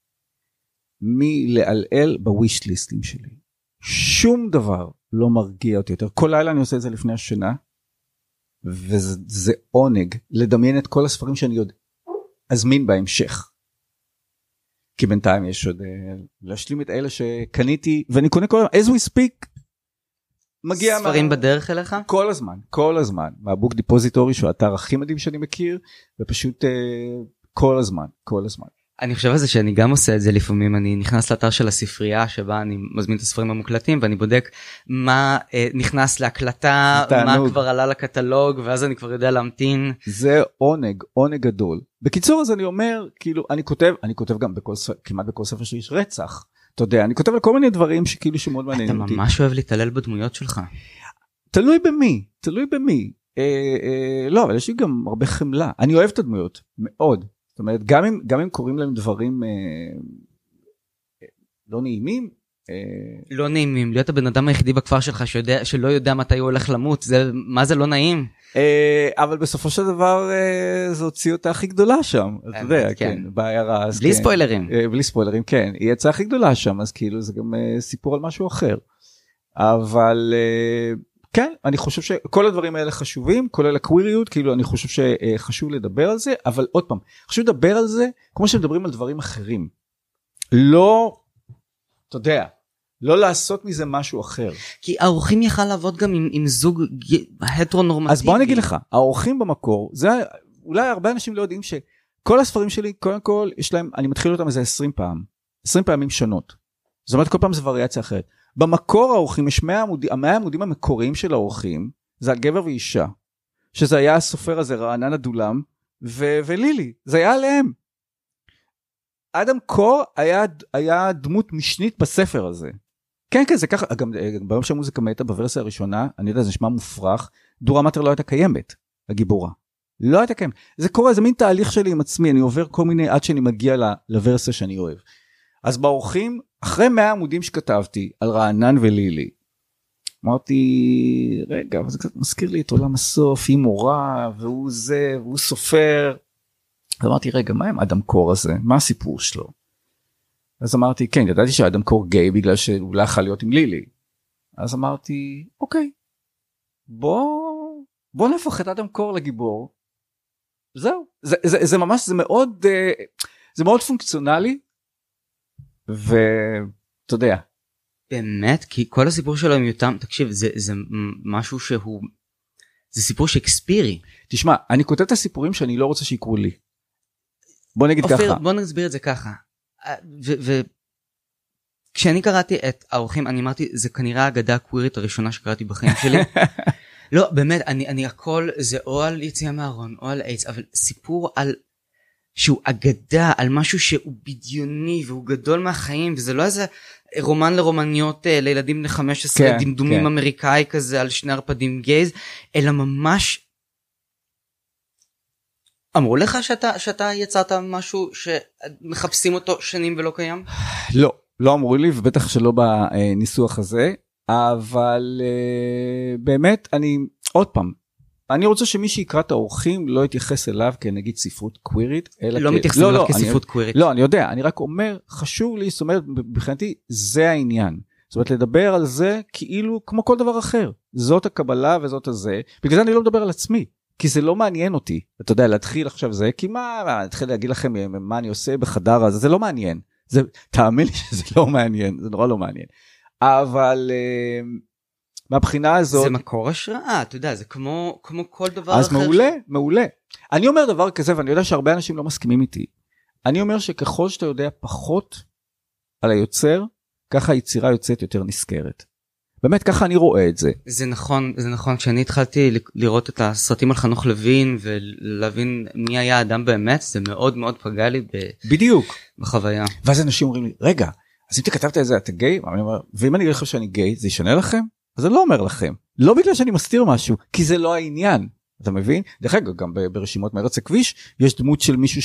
מלעלעל בוויש ליסטים שלי. שום דבר לא מרגיע אותי יותר. כל לילה אני עושה את זה לפני השינה, וזה עונג לדמיין את כל הספרים שאני עוד אזמין בהמשך. כי בינתיים יש עוד להשלים את אלה שקניתי, ואני קונה כל הזמן, as we speak, מגיע ספרים בדרך אליך? כל הזמן, מהבוק דיפוזיטורי, שהוא האתר הכי מדהים שאני מכיר, ופשוט כל הזמן. אני חושב על זה שאני גם עושה את זה לפעמים, אני נכנס לאתר של הספרייה, שבה אני מזמין את הספרים המוקלטים, ואני בודק מה נכנס להקלטה, מה כבר עלה לקטלוג, ואז אני כבר יודע להמתין. זה עונג גדול. בקיצור, אז אני אומר, כאילו, אני כותב גם כמעט בכל ספר שלי יש רצח. אתה יודע, אני כותב על כל מיני דברים שכאילו שמאוד מעניינים אותי. אתה ממש אוהב להתעלל בדמויות שלך. תלוי במי. לא, אבל יש לי גם הרבה חמלה. אני אוהב את הדמויות, מאוד. זאת אומרת, גם אם קוראים להם דברים לא נעימים. לא נעימים, להיות הבן אדם היחידי בכפר שלך שלא יודע מתי הוא הולך למות, מה זה לא נעים? אבל בסופו של דבר זו הוציא אותה הכי גדולה שם, אתה יודע, כן, בעיירה. בלי ספוילרים. בלי ספוילרים, כן, היא יצאה הכי גדולה שם, אז כאילו זה גם סיפור על משהו אחר. אבל כן, אני חושב שכל הדברים האלה חשובים, כולל הקוויריות, כאילו אני חושב שחשוב לדבר על זה, אבל עוד פעם, חשוב לדבר על זה כמו שמדברים על דברים אחרים. לא, אתה יודע, לא לעשות מזה משהו אחר. כי האורחים יכל לעבוד גם עם זוג הטרונורמטיבי. אז בוא נגיד לך, האורחים במקור, זה אולי הרבה אנשים לא יודעים שכל הספרים שלי, קודם כל, יש להם, אני מתחיל אותם איזה 20 פעם, 20 פעמים שונות. זאת אומרת, כל פעם זה וריאציה אחרת. במקור האורחים יש 100 עמודים המקוריים של האורחים, זה הגבר ואישה, שזה היה הסופר הזה, רענן הדולם, ולילי, זה היה עליהם. אדם קור היה דמות משנית בספר הזה. כן, זה ככה, גם ביום שהמוזיקה מתה בוורסיה הראשונה, אני יודע, זה נשמע מופרך, דורה מטר לא הייתה קיימת, הגיבורה. לא הייתה קיימת. זה קורה, זה מין תהליך שלי עם עצמי, אני עובר כל מיני עד שאני מגיע לוורסיה שאני אוהב. אז באורחים, אחרי 100 עמודים שכתבתי על רענן ולילי, אמרתי, רגע, אבל זה קצת מזכיר לי את עולם הסוף, היא מורה, והוא זה, והוא סופר. אז אמרתי, רגע, מה עם אדם קור הזה? מה הסיפור שלו? אז אמרתי, כן, ידעתי שאדם קור גיי, בגלל שהוא לא יכול להיות עם לילי. אז אמרתי, אוקיי, בוא נהפוך את אדם קור לגיבור. זהו. זה ממש, זה מאוד פונקציונלי, ואתה יודע. באמת? כי כל הסיפור שלו עם יותם, תקשיב, זה משהו שהוא, זה סיפור שקספירי. תשמע, אני כותב את הסיפורים שאני לא רוצה שיקרו לי. בוא נגיד ככה. בוא נסביר את זה ככה. כשאני קראתי את האורחים, אני אמרתי, זה כנראה האגדה הקווירית הראשונה שקראתי בחיים שלי. לא, באמת, אני הכל, זה או על יציאה מהארון, או על איידס, אבל סיפור על, שהוא אגדה, על משהו שהוא בדיוני, והוא גדול מהחיים, וזה לא איזה רומן לרומניות לילדים בני 15, כן, דמדומים כן. אמריקאי כזה, על שני ערפדים גייז, אלא ממש, אמרו לך שאתה יצאת משהו שמחפשים אותו שנים ולא קיים? לא אמרו לי, ובטח שלא בניסוח הזה, אבל באמת, עוד פעם, אני רוצה שמי שיקרא את האורחים לא יתייחס אליו כנגיד ספרות קווירית, לא מתייחסים אליו כספרות קווירית. לא, אני יודע, אני רק אומר, חשוב לי, זאת אומרת, מבחינתי, זה העניין. זאת אומרת, לדבר על זה כאילו כמו כל דבר אחר. זאת הקבלה וזאת הזה, בגלל זה אני לא מדבר על עצמי. כי זה לא מעניין אותי, אתה יודע, להתחיל עכשיו זה, כי אני אתחיל להגיד לכם מה אני עושה בחדר הזה, זה לא מעניין, תאמין לי שזה לא מעניין, זה נורא לא מעניין, אבל מהבחינה הזאת, זה מקור השראה, אתה יודע, זה כמו כל דבר אז אחר. אז מעולה, אני אומר דבר כזה, ואני יודע שהרבה אנשים לא מסכימים איתי, אני אומר שככל שאתה יודע פחות על היוצר, ככה היצירה יוצאת יותר נזכרת, באמת ככה אני רואה את זה. זה נכון, זה נכון. כשאני התחלתי לראות את הסרטים על חנוך לוין ולהבין מי היה האדם באמת, זה מאוד מאוד פגע לי בדיוק. בחוויה. ואז אנשים אומרים לי, רגע, אז אם אתה כתבת את זה, אתה גיי? ואם אני אגיד לך שאני גיי, זה ישנה לכם? אז אני לא אומר לכם. לא בגלל שאני מסתיר משהו, כי זה לא העניין. אתה מבין? דרך אגב, גם ברשימות מארץ הכביש, יש דמות של מישהו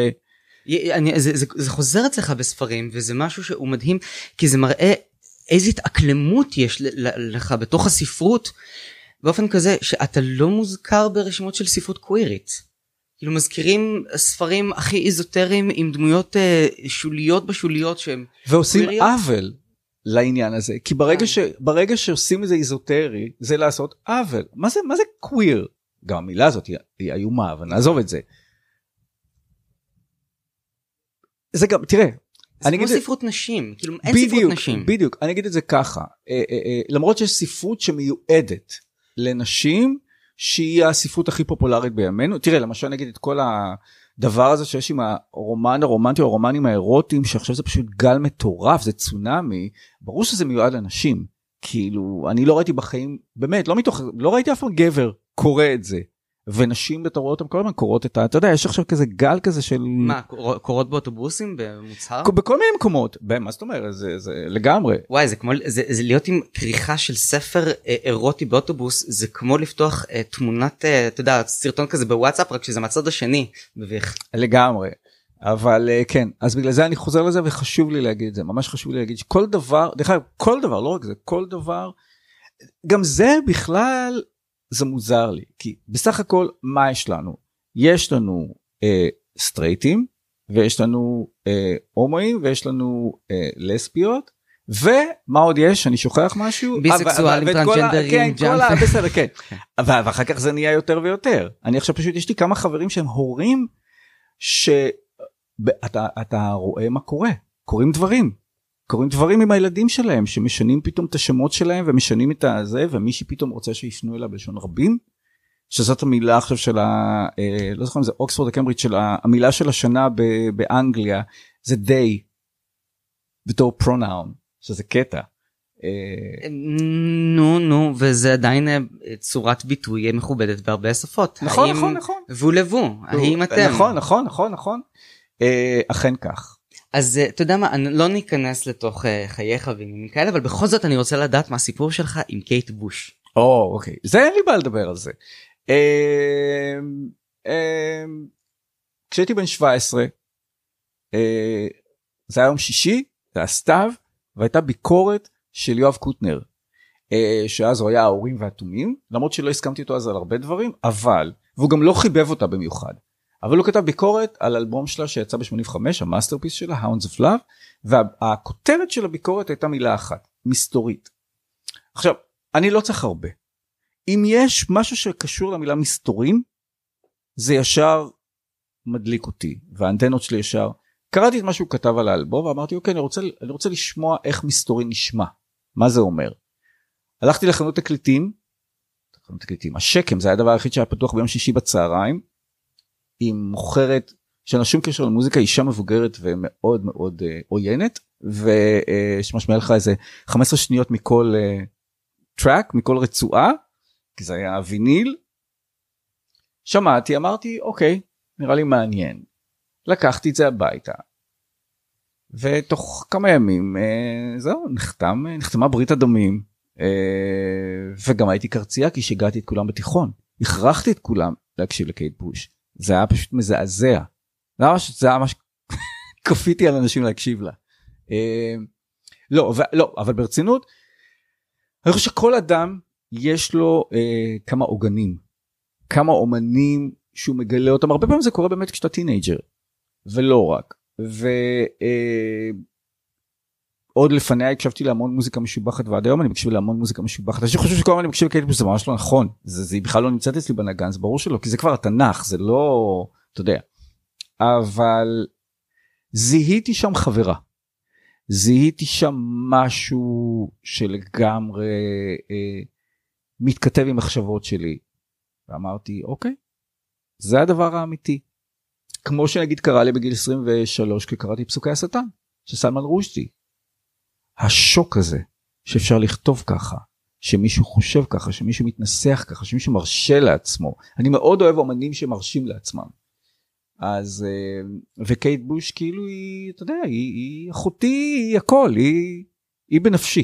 זה חוזר אצלך בספרים, וזה משהו שהוא מדהים, כי זה מראה איזו התאקלמות יש לך בתוך הספרות, באופן כזה שאתה לא מוזכר ברשימות של ספרות קווירית. כאילו מזכירים ספרים הכי איזוטריים עם דמויות שוליות בשוליות שהם ועושים עוול לעניין הזה, כי ברגע שעושים את זה איזוטרי, זה לעשות עוול. מה זה קוויר? גם המילה הזאת היא איומה, אבל נעזוב את זה. זה גם, תראה, זה כמו ספרות נשים, כאילו אין ספרות נשים. בדיוק, אני אגיד את זה ככה, למרות שיש ספרות שמיועדת לנשים, שהיא הספרות הכי פופולרית בימינו, תראה, למשל נגיד את כל הדבר הזה שיש עם הרומן הרומנטי, או הרומנים האירוטיים, שעכשיו זה פשוט גל מטורף, זה צונמי, ברור שזה מיועד לנשים, כאילו, אני לא ראיתי בחיים, באמת, לא ראיתי אף פעם גבר קורא את זה, ונשים אתה רואה אותם כל הזמן קורות את אתה יודע, יש עכשיו כזה גל כזה של... מה, קורות באוטובוסים במוצהר? בכל מיני מקומות, מה זאת אומרת, זה לגמרי. וואי, זה כמו, זה להיות עם כריכה של ספר אירוטי באוטובוס, זה כמו לפתוח תמונת, אתה יודע, סרטון כזה בוואטסאפ, רק שזה מהצד השני, מביך. לגמרי, אבל כן, אז בגלל זה אני חוזר לזה, וחשוב לי להגיד את זה, ממש חשוב לי להגיד שכל דבר, דרך אגב, כל דבר, לא רק זה, כל דבר, גם זה בכלל... זה מוזר לי, כי בסך הכל מה יש לנו? יש לנו סטרייטים, ויש לנו הומואים, ויש לנו לסביות, ומה עוד יש? אני שוכח משהו? ביסקסואלים, טרנסג'נדרים, בסדר, כן. ואחר כך זה נהיה יותר ויותר. אני עכשיו פשוט, יש לי כמה חברים שהם הורים, שאתה רואה מה קורה, קורים דברים עם הילדים שלהם, שמשנים פתאום את השמות שלהם, ומשנים את הזה, ומישהי פתאום רוצה שיפנו אליו בלשון רבים, שזאת המילה עכשיו של לא זוכר אם זה אוקספורד או קמברידג' של המילה של השנה באנגליה, זה they, בתור pronoun, שזה קטע. נו, וזה עדיין צורת ביטוי מכובדת בהרבה שפות. נכון. ולבו, האם אתם? נכון. אכן כך. אז אתה יודע מה, לא ניכנס לתוך חייך ועניינים כאלה, אבל בכל זאת אני רוצה לדעת מה הסיפור שלך עם קייט בוש. אוקיי, זה אין לי בעיה לדבר על זה. כשהייתי בן 17, זה היה יום שישי, זה היה סתיו, והייתה ביקורת של יואב קוטנר, שאז הוא היה ההורים והתומים, למרות שלא הסכמתי איתו אז על הרבה דברים, והוא גם לא חיבב אותה במיוחד. אבל הוא כתב ביקורת על אלבום שלה שיצא ב-85, המאסטרפיס שלה, Hounds of Love, והכותרת של הביקורת הייתה מילה אחת, מסתורית. עכשיו, אני לא צריך הרבה. אם יש משהו שקשור למילה מסתורים, זה ישר מדליק אותי, והאנטנות שלי ישר. קראתי את מה שהוא כתב על האלבום, ואמרתי, אוקיי, אני רוצה לשמוע איך מסתורי נשמע. מה זה אומר? הלכתי לחנות תקליטים, השקם, זה היה הדבר היחיד שהיה פתוח ביום שישי בצהריים, היא מוכרת, שאין שום קשר למוזיקה, אישה מבוגרת ומאוד מאוד עוינת, ושמשמע לך איזה 15 שניות מכל טראק, מכל רצועה, כי זה היה ויניל. שמעתי, אמרתי, אוקיי, נראה לי מעניין. לקחתי את זה הביתה, ותוך כמה ימים, זהו, נחתמה ברית הדמים, וגם הייתי קרצייה, כי שיגעתי את כולם בתיכון. הכרחתי את כולם להקשיב לקייט בוש. זה היה פשוט מזעזע. זה היה ממש כפיתי על אנשים להקשיב לה. לא, אבל ברצינות, אני חושב שכל אדם יש לו כמה עוגנים, כמה אומנים שהוא מגלה אותם. הרבה פעמים זה קורה באמת כשאתה טינאג'ר, ולא רק. עוד לפניה הקשבתי להמון מוזיקה משובחת, ועד היום אני מקשיב להמון מוזיקה משובחת. אני חושב שכל הזמן אני מקשיב לקייט בוש, זה ממש לא נכון. זה בכלל לא נמצאת אצלי בנגן, זה ברור שלא, כי זה כבר התנ"ך, זה לא, אתה יודע. אבל זיהיתי שם חברה. זיהיתי שם משהו שלגמרי מתכתב עם מחשבות שלי. ואמרתי, אוקיי, זה הדבר האמיתי. כמו שנגיד קרה לי בגיל 23, כי קראתי פסוקי השטן, של סלמן רושדי. השוק הזה, שאפשר לכתוב ככה, שמישהו חושב ככה, שמישהו מתנסח ככה, שמישהו מרשה לעצמו. אני מאוד אוהב אומנים שמרשים לעצמם. אז, וקייט בוש כאילו היא, אתה יודע, היא אחותי, היא הכל, היא בנפשי.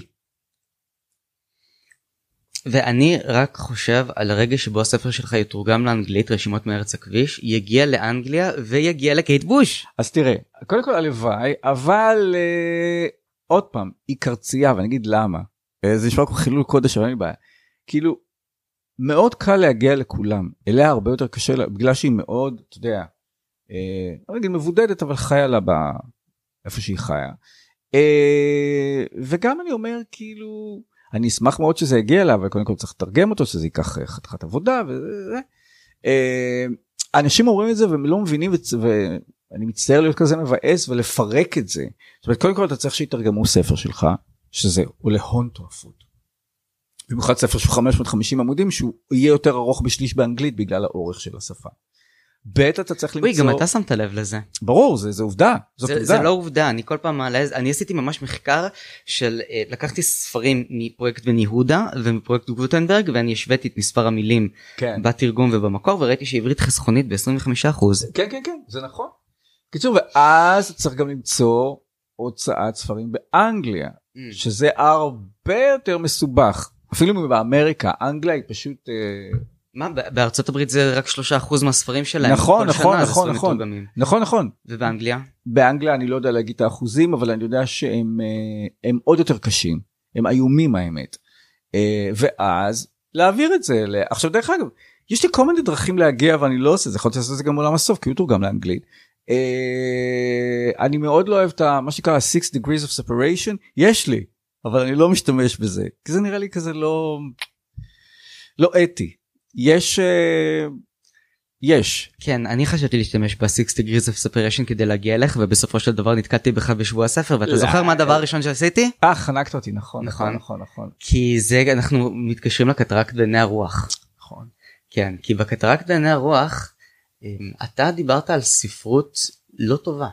ואני רק חושב על הרגע שבו הספר שלך יתורגם לאנגלית, רשימות מארץ הכביש, יגיע לאנגליה ויגיע לקייט בוש. אז תראה, קודם כל הלוואי, אבל עוד פעם, היא קרצייה, ואני אגיד למה. זה נשמע כמו חילול קודש, אבל אין לי בעיה. כאילו, מאוד קל להגיע לכולם, אליה הרבה יותר קשה, בגלל שהיא מאוד, אתה יודע, אני אגיד מבודדת, אבל חיה לה איפה שהיא חיה. וגם אני אומר, כאילו, אני אשמח מאוד שזה יגיע לה, אבל קודם כל צריך לתרגם אותו, שזה ייקח חתיכת עבודה, וזה. אנשים אומרים את זה, והם לא מבינים, ואני מצטער להיות כזה מבאס, ולפרק את זה. זאת אומרת, קודם כל אתה צריך שיתרגמו ספר שלך, שזה עולה הון תועפות. במיוחד ספר של 550 עמודים, שהוא יהיה יותר ארוך בשליש באנגלית, בגלל האורך של השפה. ב' אתה צריך למצוא... גם אתה שמת לב לזה. ברור, זה עובדה. זה לא עובדה, אני כל פעם מעלה, אני עשיתי ממש מחקר של, לקחתי ספרים מפרויקט בן יהודה ומפרויקט גוטנברג, ואני השוויתי את מספר המילים בתרגום ובמקור, וראיתי שעברית חסכונית ב-25%. כן, זה נכון. קיצור, ואז צריך גם למצוא הוצאת ספרים באנגליה, שזה הרבה יותר מסובך. אפילו באמריקה, אנגליה היא פשוט... מה, בארצות הברית זה רק 3% מהספרים שלהם. נכון. ובאנגליה? באנגליה אני לא יודע להגיד את האחוזים, אבל אני יודע שהם עוד יותר קשים. הם איומים האמת. ואז להעביר את זה. עכשיו דרך אגב, יש לי כל מיני דרכים להגיע ואני לא עושה זה. יכולתי לעשות את זה גם בעולם הסוף, כי הוא תורגם לאנגלית. אני מאוד לא אוהב את מה שנקרא 6 degrees of separation. יש לי, אבל אני לא משתמש בזה. כי זה נראה לי כזה לא אתי. יש. כן, אני חשבתי להשתמש ב-6 degrees of separation כדי להגיע אליך, ובסופו של דבר נתקעתי בך בשבוע הספר, ואתה זוכר מה הדבר הראשון שעשיתי? חנקת אותי, נכון. כי זה, אנחנו מתקשרים לקטרקט בעיני הרוח. נכון. כן, כי בקטרקט בעיני הרוח, אתה דיברת על ספרות לא טובה.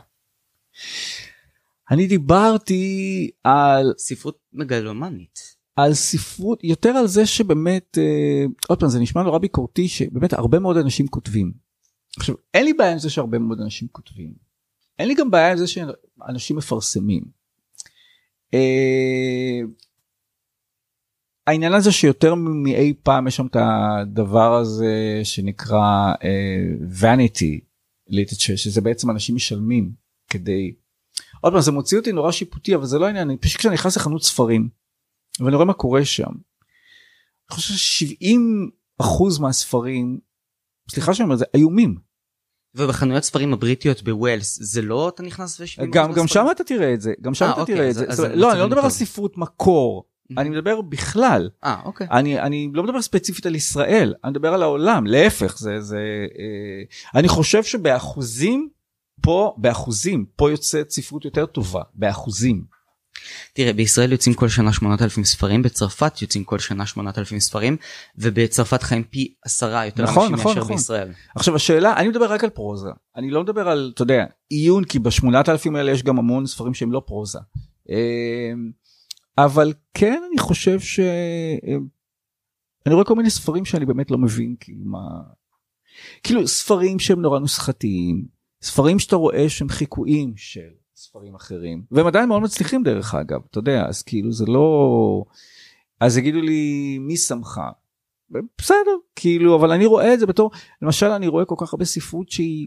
אני דיברתי על... ספרות מגלומנית. על ספרות, יותר על זה שבאמת, עוד פעם, זה נשמע נורא ביקורתי, שבאמת הרבה מאוד אנשים כותבים. עכשיו, אין לי בעיה עם זה שהרבה מאוד אנשים כותבים. אין לי גם בעיה עם זה שאנשים מפרסמים. העניין הזה שיותר מאי פעם יש שם את הדבר הזה שנקרא vanity literature, שזה בעצם אנשים משלמים כדי... עוד פעם, זה מוציא אותי נורא שיפוטי, אבל זה לא עניין, פשוט כשאני נכנס לחנות ספרים, ואני רואה מה קורה שם. אני חושב ש70% מהספרים, סליחה שאני אומר, זה איומים. ובחנויות ספרים הבריטיות בווילס, זה לא אתה נכנס ו70%? גם שם אתה תראה את זה. גם שם אתה תראה את זה. לא, אני לא מדבר על ספרות מקור. אני מדבר בכלל. אוקיי. אני לא מדבר ספציפית על ישראל. אני מדבר על העולם. להפך, אני חושב שבאחוזים, פה יוצאת ספרות יותר טובה. באחוזים. תראה, בישראל יוצאים כל שנה 8,000 ספרים, בצרפת יוצאים כל שנה 8,000 ספרים, ובצרפת חיים פי 10 יותר אנשים מאשר בישראל. עכשיו השאלה, אני מדבר רק על פרוזה, אני לא מדבר על, אתה יודע, עיון, כי ב8,000 האלה יש גם המון ספרים שהם לא פרוזה. אבל כן, אני חושב אני רואה כל מיני ספרים שאני באמת לא מבין, כאילו ספרים שהם נורא נוסחתיים, ספרים שאתה רואה שהם חיקויים של ספרים אחרים, והם עדיין מאוד מצליחים דרך אגב, אתה יודע, אז כאילו זה לא, אז יגידו לי מי שמך, בסדר, כאילו, אבל אני רואה את זה בתור, למשל אני רואה כל כך הרבה ספרות שהיא,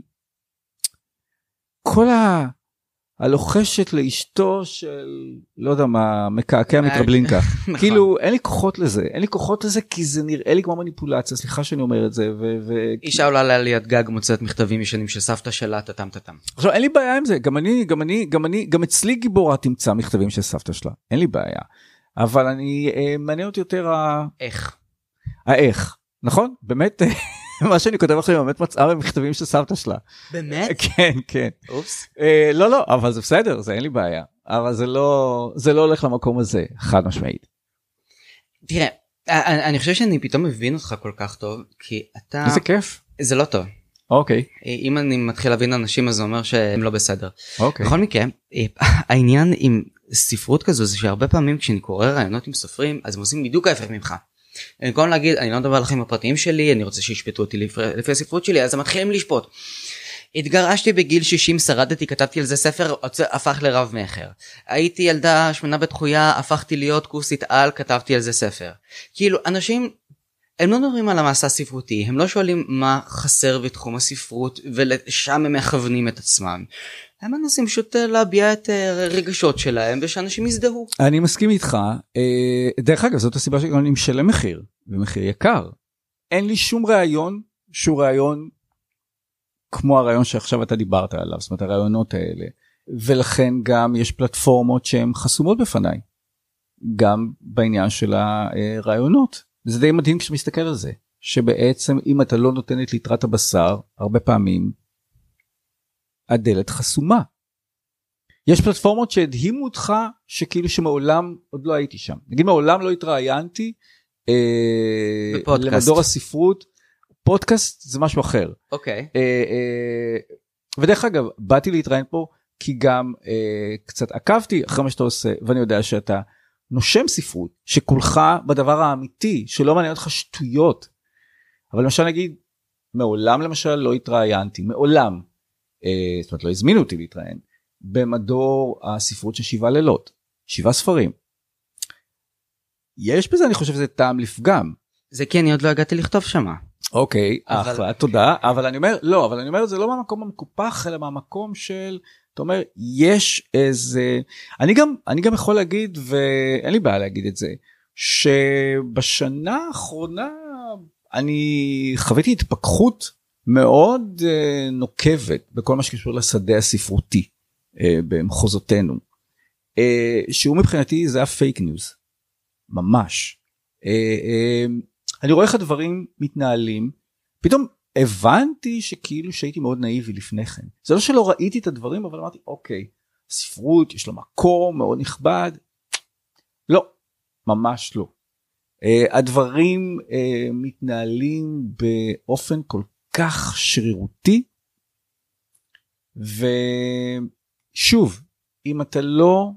כל הלוחשת לאשתו של, לא יודע מה, מקעקע מטרבלינקה, כאילו אין לי כוחות לזה, כי זה נראה לי כמו מניפולציה, סליחה שאני אומר את זה, אישה עולה ליד גג מוצאת מכתבים ישנים של סבתא שלה, טטם. עכשיו אין לי בעיה עם זה, גם אצלי גיבורה תמצא מכתבים של סבתא שלה, אין לי בעיה, אבל מעניין אותי יותר האיך, נכון? באמת, מה שאני כותב עכשיו באמת מצאה במכתבים של סבתא שלה. באמת? כן. אופס. לא, אבל זה בסדר, זה אין לי בעיה. אבל זה לא הולך למקום הזה, חד משמעית. תראה, אני חושב שאני פתאום מבין אותך כל כך טוב, כי אתה... איזה כיף. זה לא טוב. אוקיי. אם אני מתחיל להבין אנשים, אז זה אומר שהם לא בסדר. אוקיי. בכל מקרה, העניין עם הספרות כזו, זה שהרבה פעמים כשאני קורא רעיונות עם סופרים, אז הם עושים בדיוק ההפך ממך. אני קודם להגיד, אני לא מדבר לכם הפרטיים שלי, אני רוצה שישפטו אותי לפי הספרות שלי, אז הם מתחילים לשפוט. התגרשתי בגיל 60, שרדתי, כתבתי על זה ספר, הפך לרב מחר. הייתי ילדה שמנה בתחויה, הפכתי להיות כוסית על, כתבתי על זה ספר. כאילו, אנשים, הם לא מדברים על המעשה הספרותי, הם לא שואלים מה חסר בתחום הספרות, ולשם הם מכוונים את עצמם. הם מנסים פשוט להביע את רגשות שלהם, ושאנשים יזדהו. אני מסכים איתך. דרך אגב, זאת הסיבה שאני משלם מחיר, ומחיר יקר. אין לי שום רעיון, כמו הרעיון שעכשיו אתה דיברת עליו, זאת אומרת הרעיונות האלה, ולכן גם יש פלטפורמות שהן חסומות בפניי, גם בעניין של הרעיונות. זה די מדהים כשאתה מסתכל על זה, שבעצם אם אתה לא נותן את ליטרת הבשר, הרבה פעמים הדלת חסומה. יש פלטפורמות שהדהימו אותך, שכאילו שמעולם עוד לא הייתי שם. נגיד מעולם לא התראיינתי למדור הספרות, פודקאסט זה משהו אחר. אוקיי. ודרך אגב, באתי להתראיין פה, כי גם קצת עקבתי אחרי מה שאתה עושה, ואני יודע שאתה נושם ספרות, שכולך בדבר האמיתי, שלא מעניין אותך שטויות. אבל למשל נגיד, מעולם למשל לא התראיינתי, מעולם, זאת אומרת לא הזמינו אותי להתראיין, במדור הספרות של 7 לילות, 7 ספרים. יש בזה, אני חושב שזה טעם לפגם. זה כן, אני עוד לא הגעתי לכתוב שמה. אוקיי, אחלה, תודה, אבל אני אומר, זה לא מהמקום המקופח, אלא מהמקום של, אתה אומר, יש איזה, אני גם יכול להגיד, ואין לי בעיה להגיד את זה, שבשנה האחרונה, אני חוויתי התפכחות מאוד נוקבת, בכל מה שקשור לשדה הספרותי, במחוזותינו, שהוא מבחינתי, זה הפייק ניוז, ממש. אני רואה איך הדברים מתנהלים, פתאום הבנתי שכאילו שהייתי מאוד נאיבי לפני כן. זה לא שלא ראיתי את הדברים, אבל אמרתי, אוקיי, ספרות, יש לו מקום מאוד נכבד. לא, ממש לא. הדברים מתנהלים באופן כל כך שרירותי, ושוב, אם אתה לא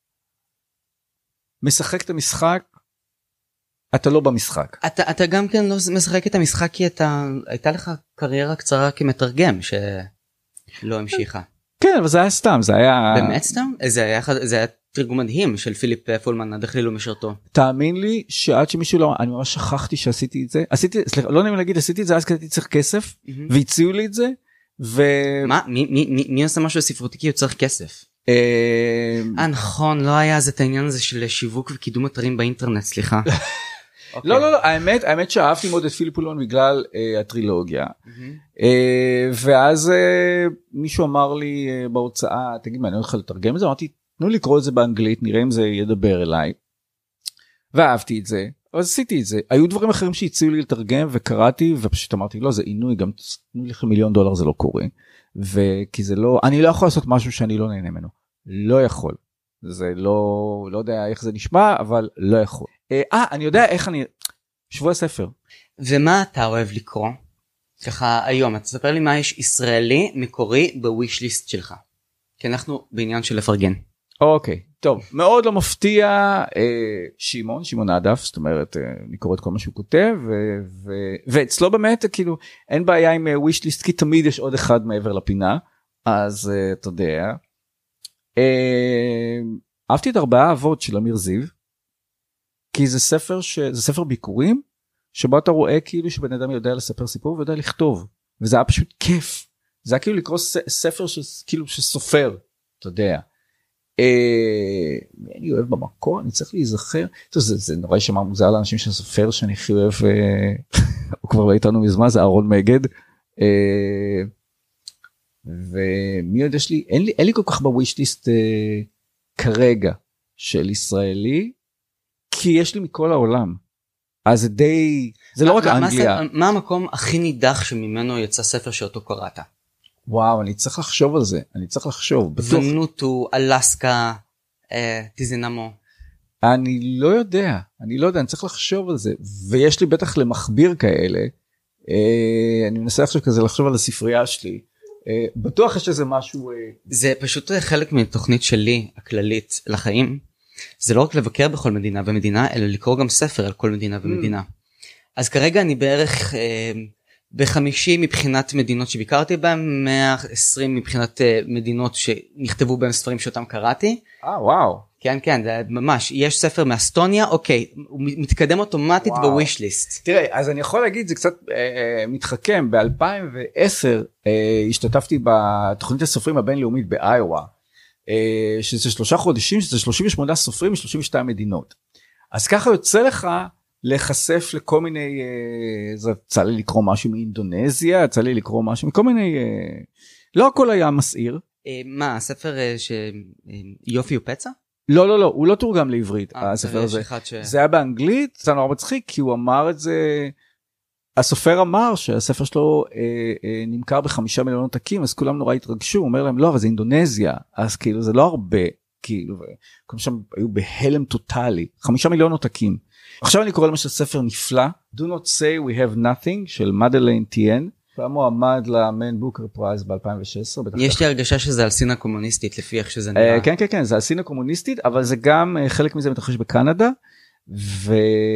משחק את המשחק, אתה לא במשחק. אתה גם כן לא משחק את המשחק כי הייתה לך קריירה קצרה כמתרגם שלא המשיכה. כן, אבל זה היה סתם, זה היה... באמת סתם? זה היה תרגום מדהים של פיליפ פולמן, הדחלילו משרתו. תאמין לי שעד שמישהו לא... אני ממש שכחתי שעשיתי את זה. סליחה, לא נעים להגיד, עשיתי את זה אז כי הייתי צריך כסף, והציעו לי את זה, מה? מי עושה משהו ספרותי כי הוא צריך כסף? נכון, לא היה אז את העניין הזה של שיווק וקידום אתרים באינטרנט, סליחה. לא, האמת שאהבתי מאוד את פיליפ פולמן בגלל הטרילוגיה, ואז מישהו אמר לי בהוצאה, תגיד מה, אני הולך לתרגם את זה, אמרתי, תנו לי לקרוא את זה באנגלית, נראה אם זה ידבר אליי, ואהבתי את זה, אז עשיתי את זה. היו דברים אחרים שהציעו לי לתרגם וקראתי, ופשוט אמרתי, לא, זה עינוי, גם תנו לי $1,000,000 זה לא קורה, וכי זה לא, אני לא יכול לעשות משהו שאני לא נהנה ממנו, לא יכול, זה לא יודע איך זה נשמע, אבל לא יכול. אני יודע איך אני, שבוע הספר. ומה אתה אוהב לקרוא? ככה היום, אתה תספר לי מה יש ישראלי מקורי בוויש ליסט שלך. כי אנחנו בעניין של לפרגן. אוקיי, טוב, מאוד לא מפתיע, שמעון עדף, זאת אומרת, אני קורא את כל מה שהוא כותב, ואצלו באמת, כאילו, אין בעיה עם וויש ליסט, כי תמיד יש עוד אחד מעבר לפינה, אז אתה יודע. אהבתי את 4 אבות של אמיר זיו, כי זה ספר ביקורים, שבו אתה רואה כאילו שבן אדם יודע לספר סיפור ויודע לכתוב, וזה היה פשוט כיף, זה היה כאילו לקרוא ספר כאילו שסופר, אתה יודע. אני אוהב במקור, אני צריך להיזכר, זה נורא שמע מוזר לאנשים שסופר שאני הכי אוהב, הוא כבר לא איתנו מזמן, זה אהרון מגד, ומי עוד יש לי, אין לי כל כך בוויש ליסט כרגע של ישראלי, כי יש לי מכל העולם, אז זה די, זה לא רק אנגליה. מה המקום הכי נידח שממנו יצא ספר שאותו קראת? וואו, אני צריך לחשוב על זה, אני צריך לחשוב. ונוטו, אלסקה, טיזינמו. אני לא יודע, אני צריך לחשוב על זה, ויש לי בטח למחביר כאלה, אני מנסה עכשיו כזה לחשוב על הספרייה שלי, בטוח יש איזה משהו... זה פשוט חלק מתוכנית שלי, הכללית, לחיים. זה לא רק לבקר בכל מדינה ומדינה, אלא לקרוא גם ספר על כל מדינה ומדינה. אז כרגע אני בערך ב50 מבחינת מדינות שביקרתי בהן, 120 מבחינת מדינות שנכתבו בהן ספרים שאותם קראתי. וואו. כן, כן, זה ממש, יש ספר מאסטוניה, אוקיי, הוא מתקדם אוטומטית בוויש ליסט. תראה, אז אני יכול להגיד, זה קצת מתחכם, ב-2010 השתתפתי בתוכנית הסופרים הבינלאומית באיואה, שזה 3 חודשים, שזה 38 סופרים מ-32 מדינות. אז ככה יוצא לך להיחשף לכל מיני, זה יצא לי לקרוא משהו מאינדונזיה, יצא לי לקרוא משהו מכל מיני, לא הכל היה מסעיר. מה, הספר יופי ופצע? לא, הוא לא תורגם לעברית, הספר הזה. זה היה באנגלית, זה נורא מצחיק, כי הוא אמר את זה, הסופר אמר שהספר שלו נמכר ב5 מיליון עותקים, אז כולם נורא התרגשו, הוא אומר להם, לא, אבל זה אינדונזיה, אז כאילו זה לא הרבה, כאילו, כמו שם היו בהלם טוטלי, 5 מיליון עותקים. עכשיו אני קורא למשל ספר נפלא, Do Not Say We Have Nothing, של מדליין טיין, הוא היה מועמד למן בוקר פרייז ב-2016. יש לי הרגשה שזה על סין הקומוניסטית, לפי איך שזה נראה. כן, כן, כן, זה על סין הקומוניסטית, אבל זה גם, חלק מזה מתרחש בקנדה, ויש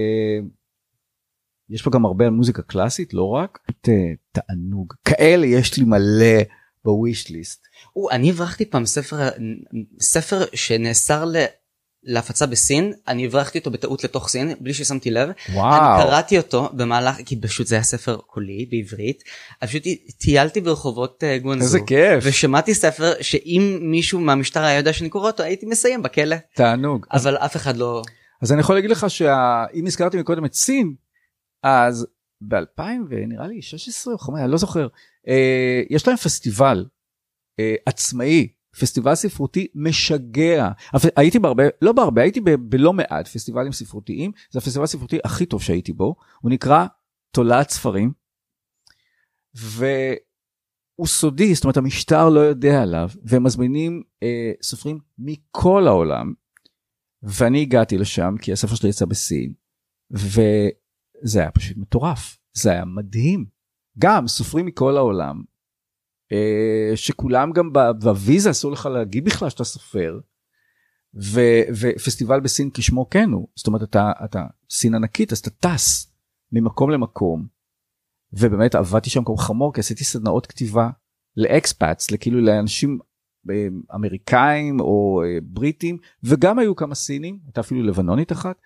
פה גם הרבה מוזיקה קלאסית, לא רק. תענוג. כאלה יש לי מלא בוויש ליסט. אני הברכתי פעם ספר שנאסר להפצה בסין, אני הברכתי אותו בטעות לתוך סין, בלי ששמתי לב. וואו. אני קראתי אותו במהלך, כי פשוט זה היה ספר קולי בעברית, אז פשוט טיילתי ברחובות גואנזו. איזה כיף. ושמעתי ספר שאם מישהו מהמשטרה היה יודע שאני קורא אותו, הייתי מסיים בכלא. תענוג. אבל אף אחד לא... אז אני יכול להגיד לך שאם הזכרתי מקודם את סין, אז ב-2000 ונראה לי 16 או 15, אני לא זוכר, יש להם פסטיבל עצמאי, פסטיבל ספרותי משגע. הייתי לא בהרבה, הייתי בלא מעט פסטיבלים ספרותיים, זה הפסטיבל הספרותי הכי טוב שהייתי בו, הוא נקרא תולעת ספרים, והוא סודי, זאת אומרת המשטר לא יודע עליו, והם מזמינים סופרים מכל העולם, ואני הגעתי לשם, כי הספר שלי יצא בסין, וזה היה פשוט מטורף, זה היה מדהים, גם סופרים מכל העולם, שכולם גם בוויזה אסור לך להגיד בכלל שאתה סופר, ופסטיבל בסין כשמו כן הוא, זאת אומרת אתה סין ענקית, אז אתה טס ממקום למקום, ובאמת עבדתי שם כמו חמור, כי עשיתי סדנאות כתיבה לאקספאטס, כאילו לאנשים אמריקאים או בריטים, וגם היו כמה סינים, הייתה אפילו לבנונית אחת,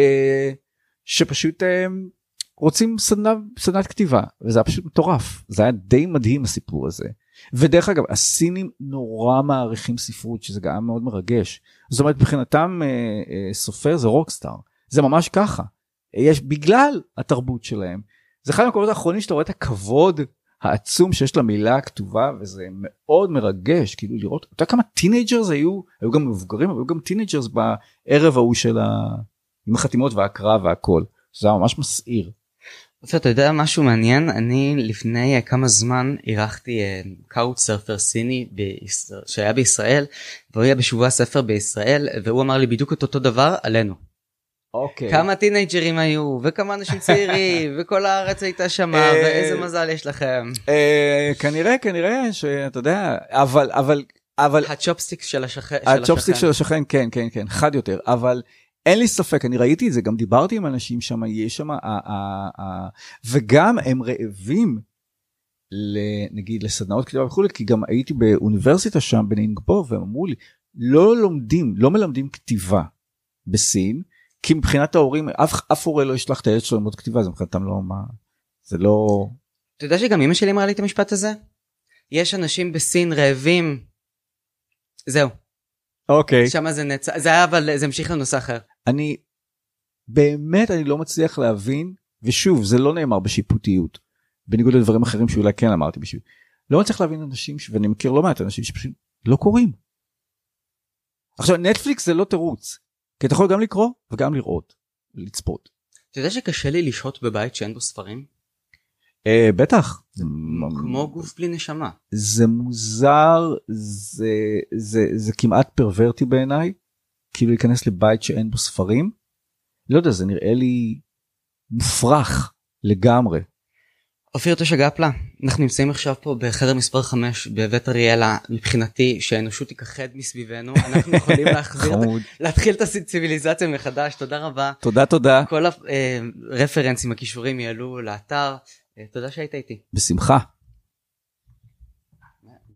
שפשוט רוצים סדנת כתיבה, וזה היה פשוט מטורף, זה היה די מדהים הסיפור הזה, ודרך אגב, הסינים נורא מעריכים ספרות, שזה גם מאוד מרגש, זאת אומרת, מבחינתם סופר זה רוקסטאר, זה ממש ככה, יש בגלל התרבות שלהם, זה אחד המקומות האחרונים שאתה רואה את הכבוד העצום שיש למילה הכתובה, וזה מאוד מרגש, כאילו לראות, אתה יודע כמה טינג'רס היו גם מבוגרים, היו גם טינג'רס בערב ההוא עם החתימות וההקראה והכל, זה היה ממש מסעיר. אתה יודע משהו מעניין, אני לפני כמה זמן אירחתי קאוצ'סרפר סיני שהיה בישראל, והוא היה בשבוע הספר בישראל, והוא אמר לי בדיוק את אותו דבר עלינו. אוקיי. כמה טינג'רים היו, וכמה אנשים צעירים, וכל הארץ הייתה שמה, ואיזה מזל יש לכם. כנראה שאתה יודע, אבל... הצ'ופסטיקס של השכן. הצ'ופסטיקס של השכן, כן, חד יותר, אבל... אין לי ספק, אני ראיתי את זה, גם דיברתי עם אנשים שם, יש שם, וגם הם רעבים, נגיד, לסדנאות כתיבה וכו', כי גם הייתי באוניברסיטה שם, בנינגבו, והם אמרו לי, לא מלמדים כתיבה בסין, כי מבחינת ההורים, אף הורה לא ישלח את הילד שלו ללמוד כתיבה, זה מבחינתם לא, זה לא... אתה יודע שגם אמא שלי אמרה לי את המשפט הזה? יש אנשים בסין רעבים, זהו. אוקיי. שמה זה נצא, זה היה, אבל זה המשיך לנושא אחר. אני לא מצליח להבין, ושוב, זה לא נאמר בשיפוטיות, בניגוד לדברים אחרים שאולי כן אמרתי בשביל. לא מצליח להבין אנשים, ואני מכיר לא מעט אנשים שפשוט לא קוראים. עכשיו, נטפליקס זה לא תירוץ, כי אתה יכול גם לקרוא וגם לראות, לצפות. אתה יודע שקשה לי לשהות בבית שאין בו ספרים? בטח. כמו גוף בלי נשמה. זה מוזר, זה כמעט פרוורטי בעיניי, כאילו להיכנס לבית שאין בו ספרים, לא יודע, זה נראה לי מופרך לגמרי. אופיר תושגפלה, אנחנו נמצאים עכשיו פה בחדר מספר 5 בבית אריאלה. מבחינתי שהאנושות תיכחד מסביבנו, אנחנו יכולים להתחיל את הציביליזציה מחדש. תודה רבה. תודה. כל הרפרנסים, הכישורים יעלו לאתר. תודה שהיית איתי. בשמחה.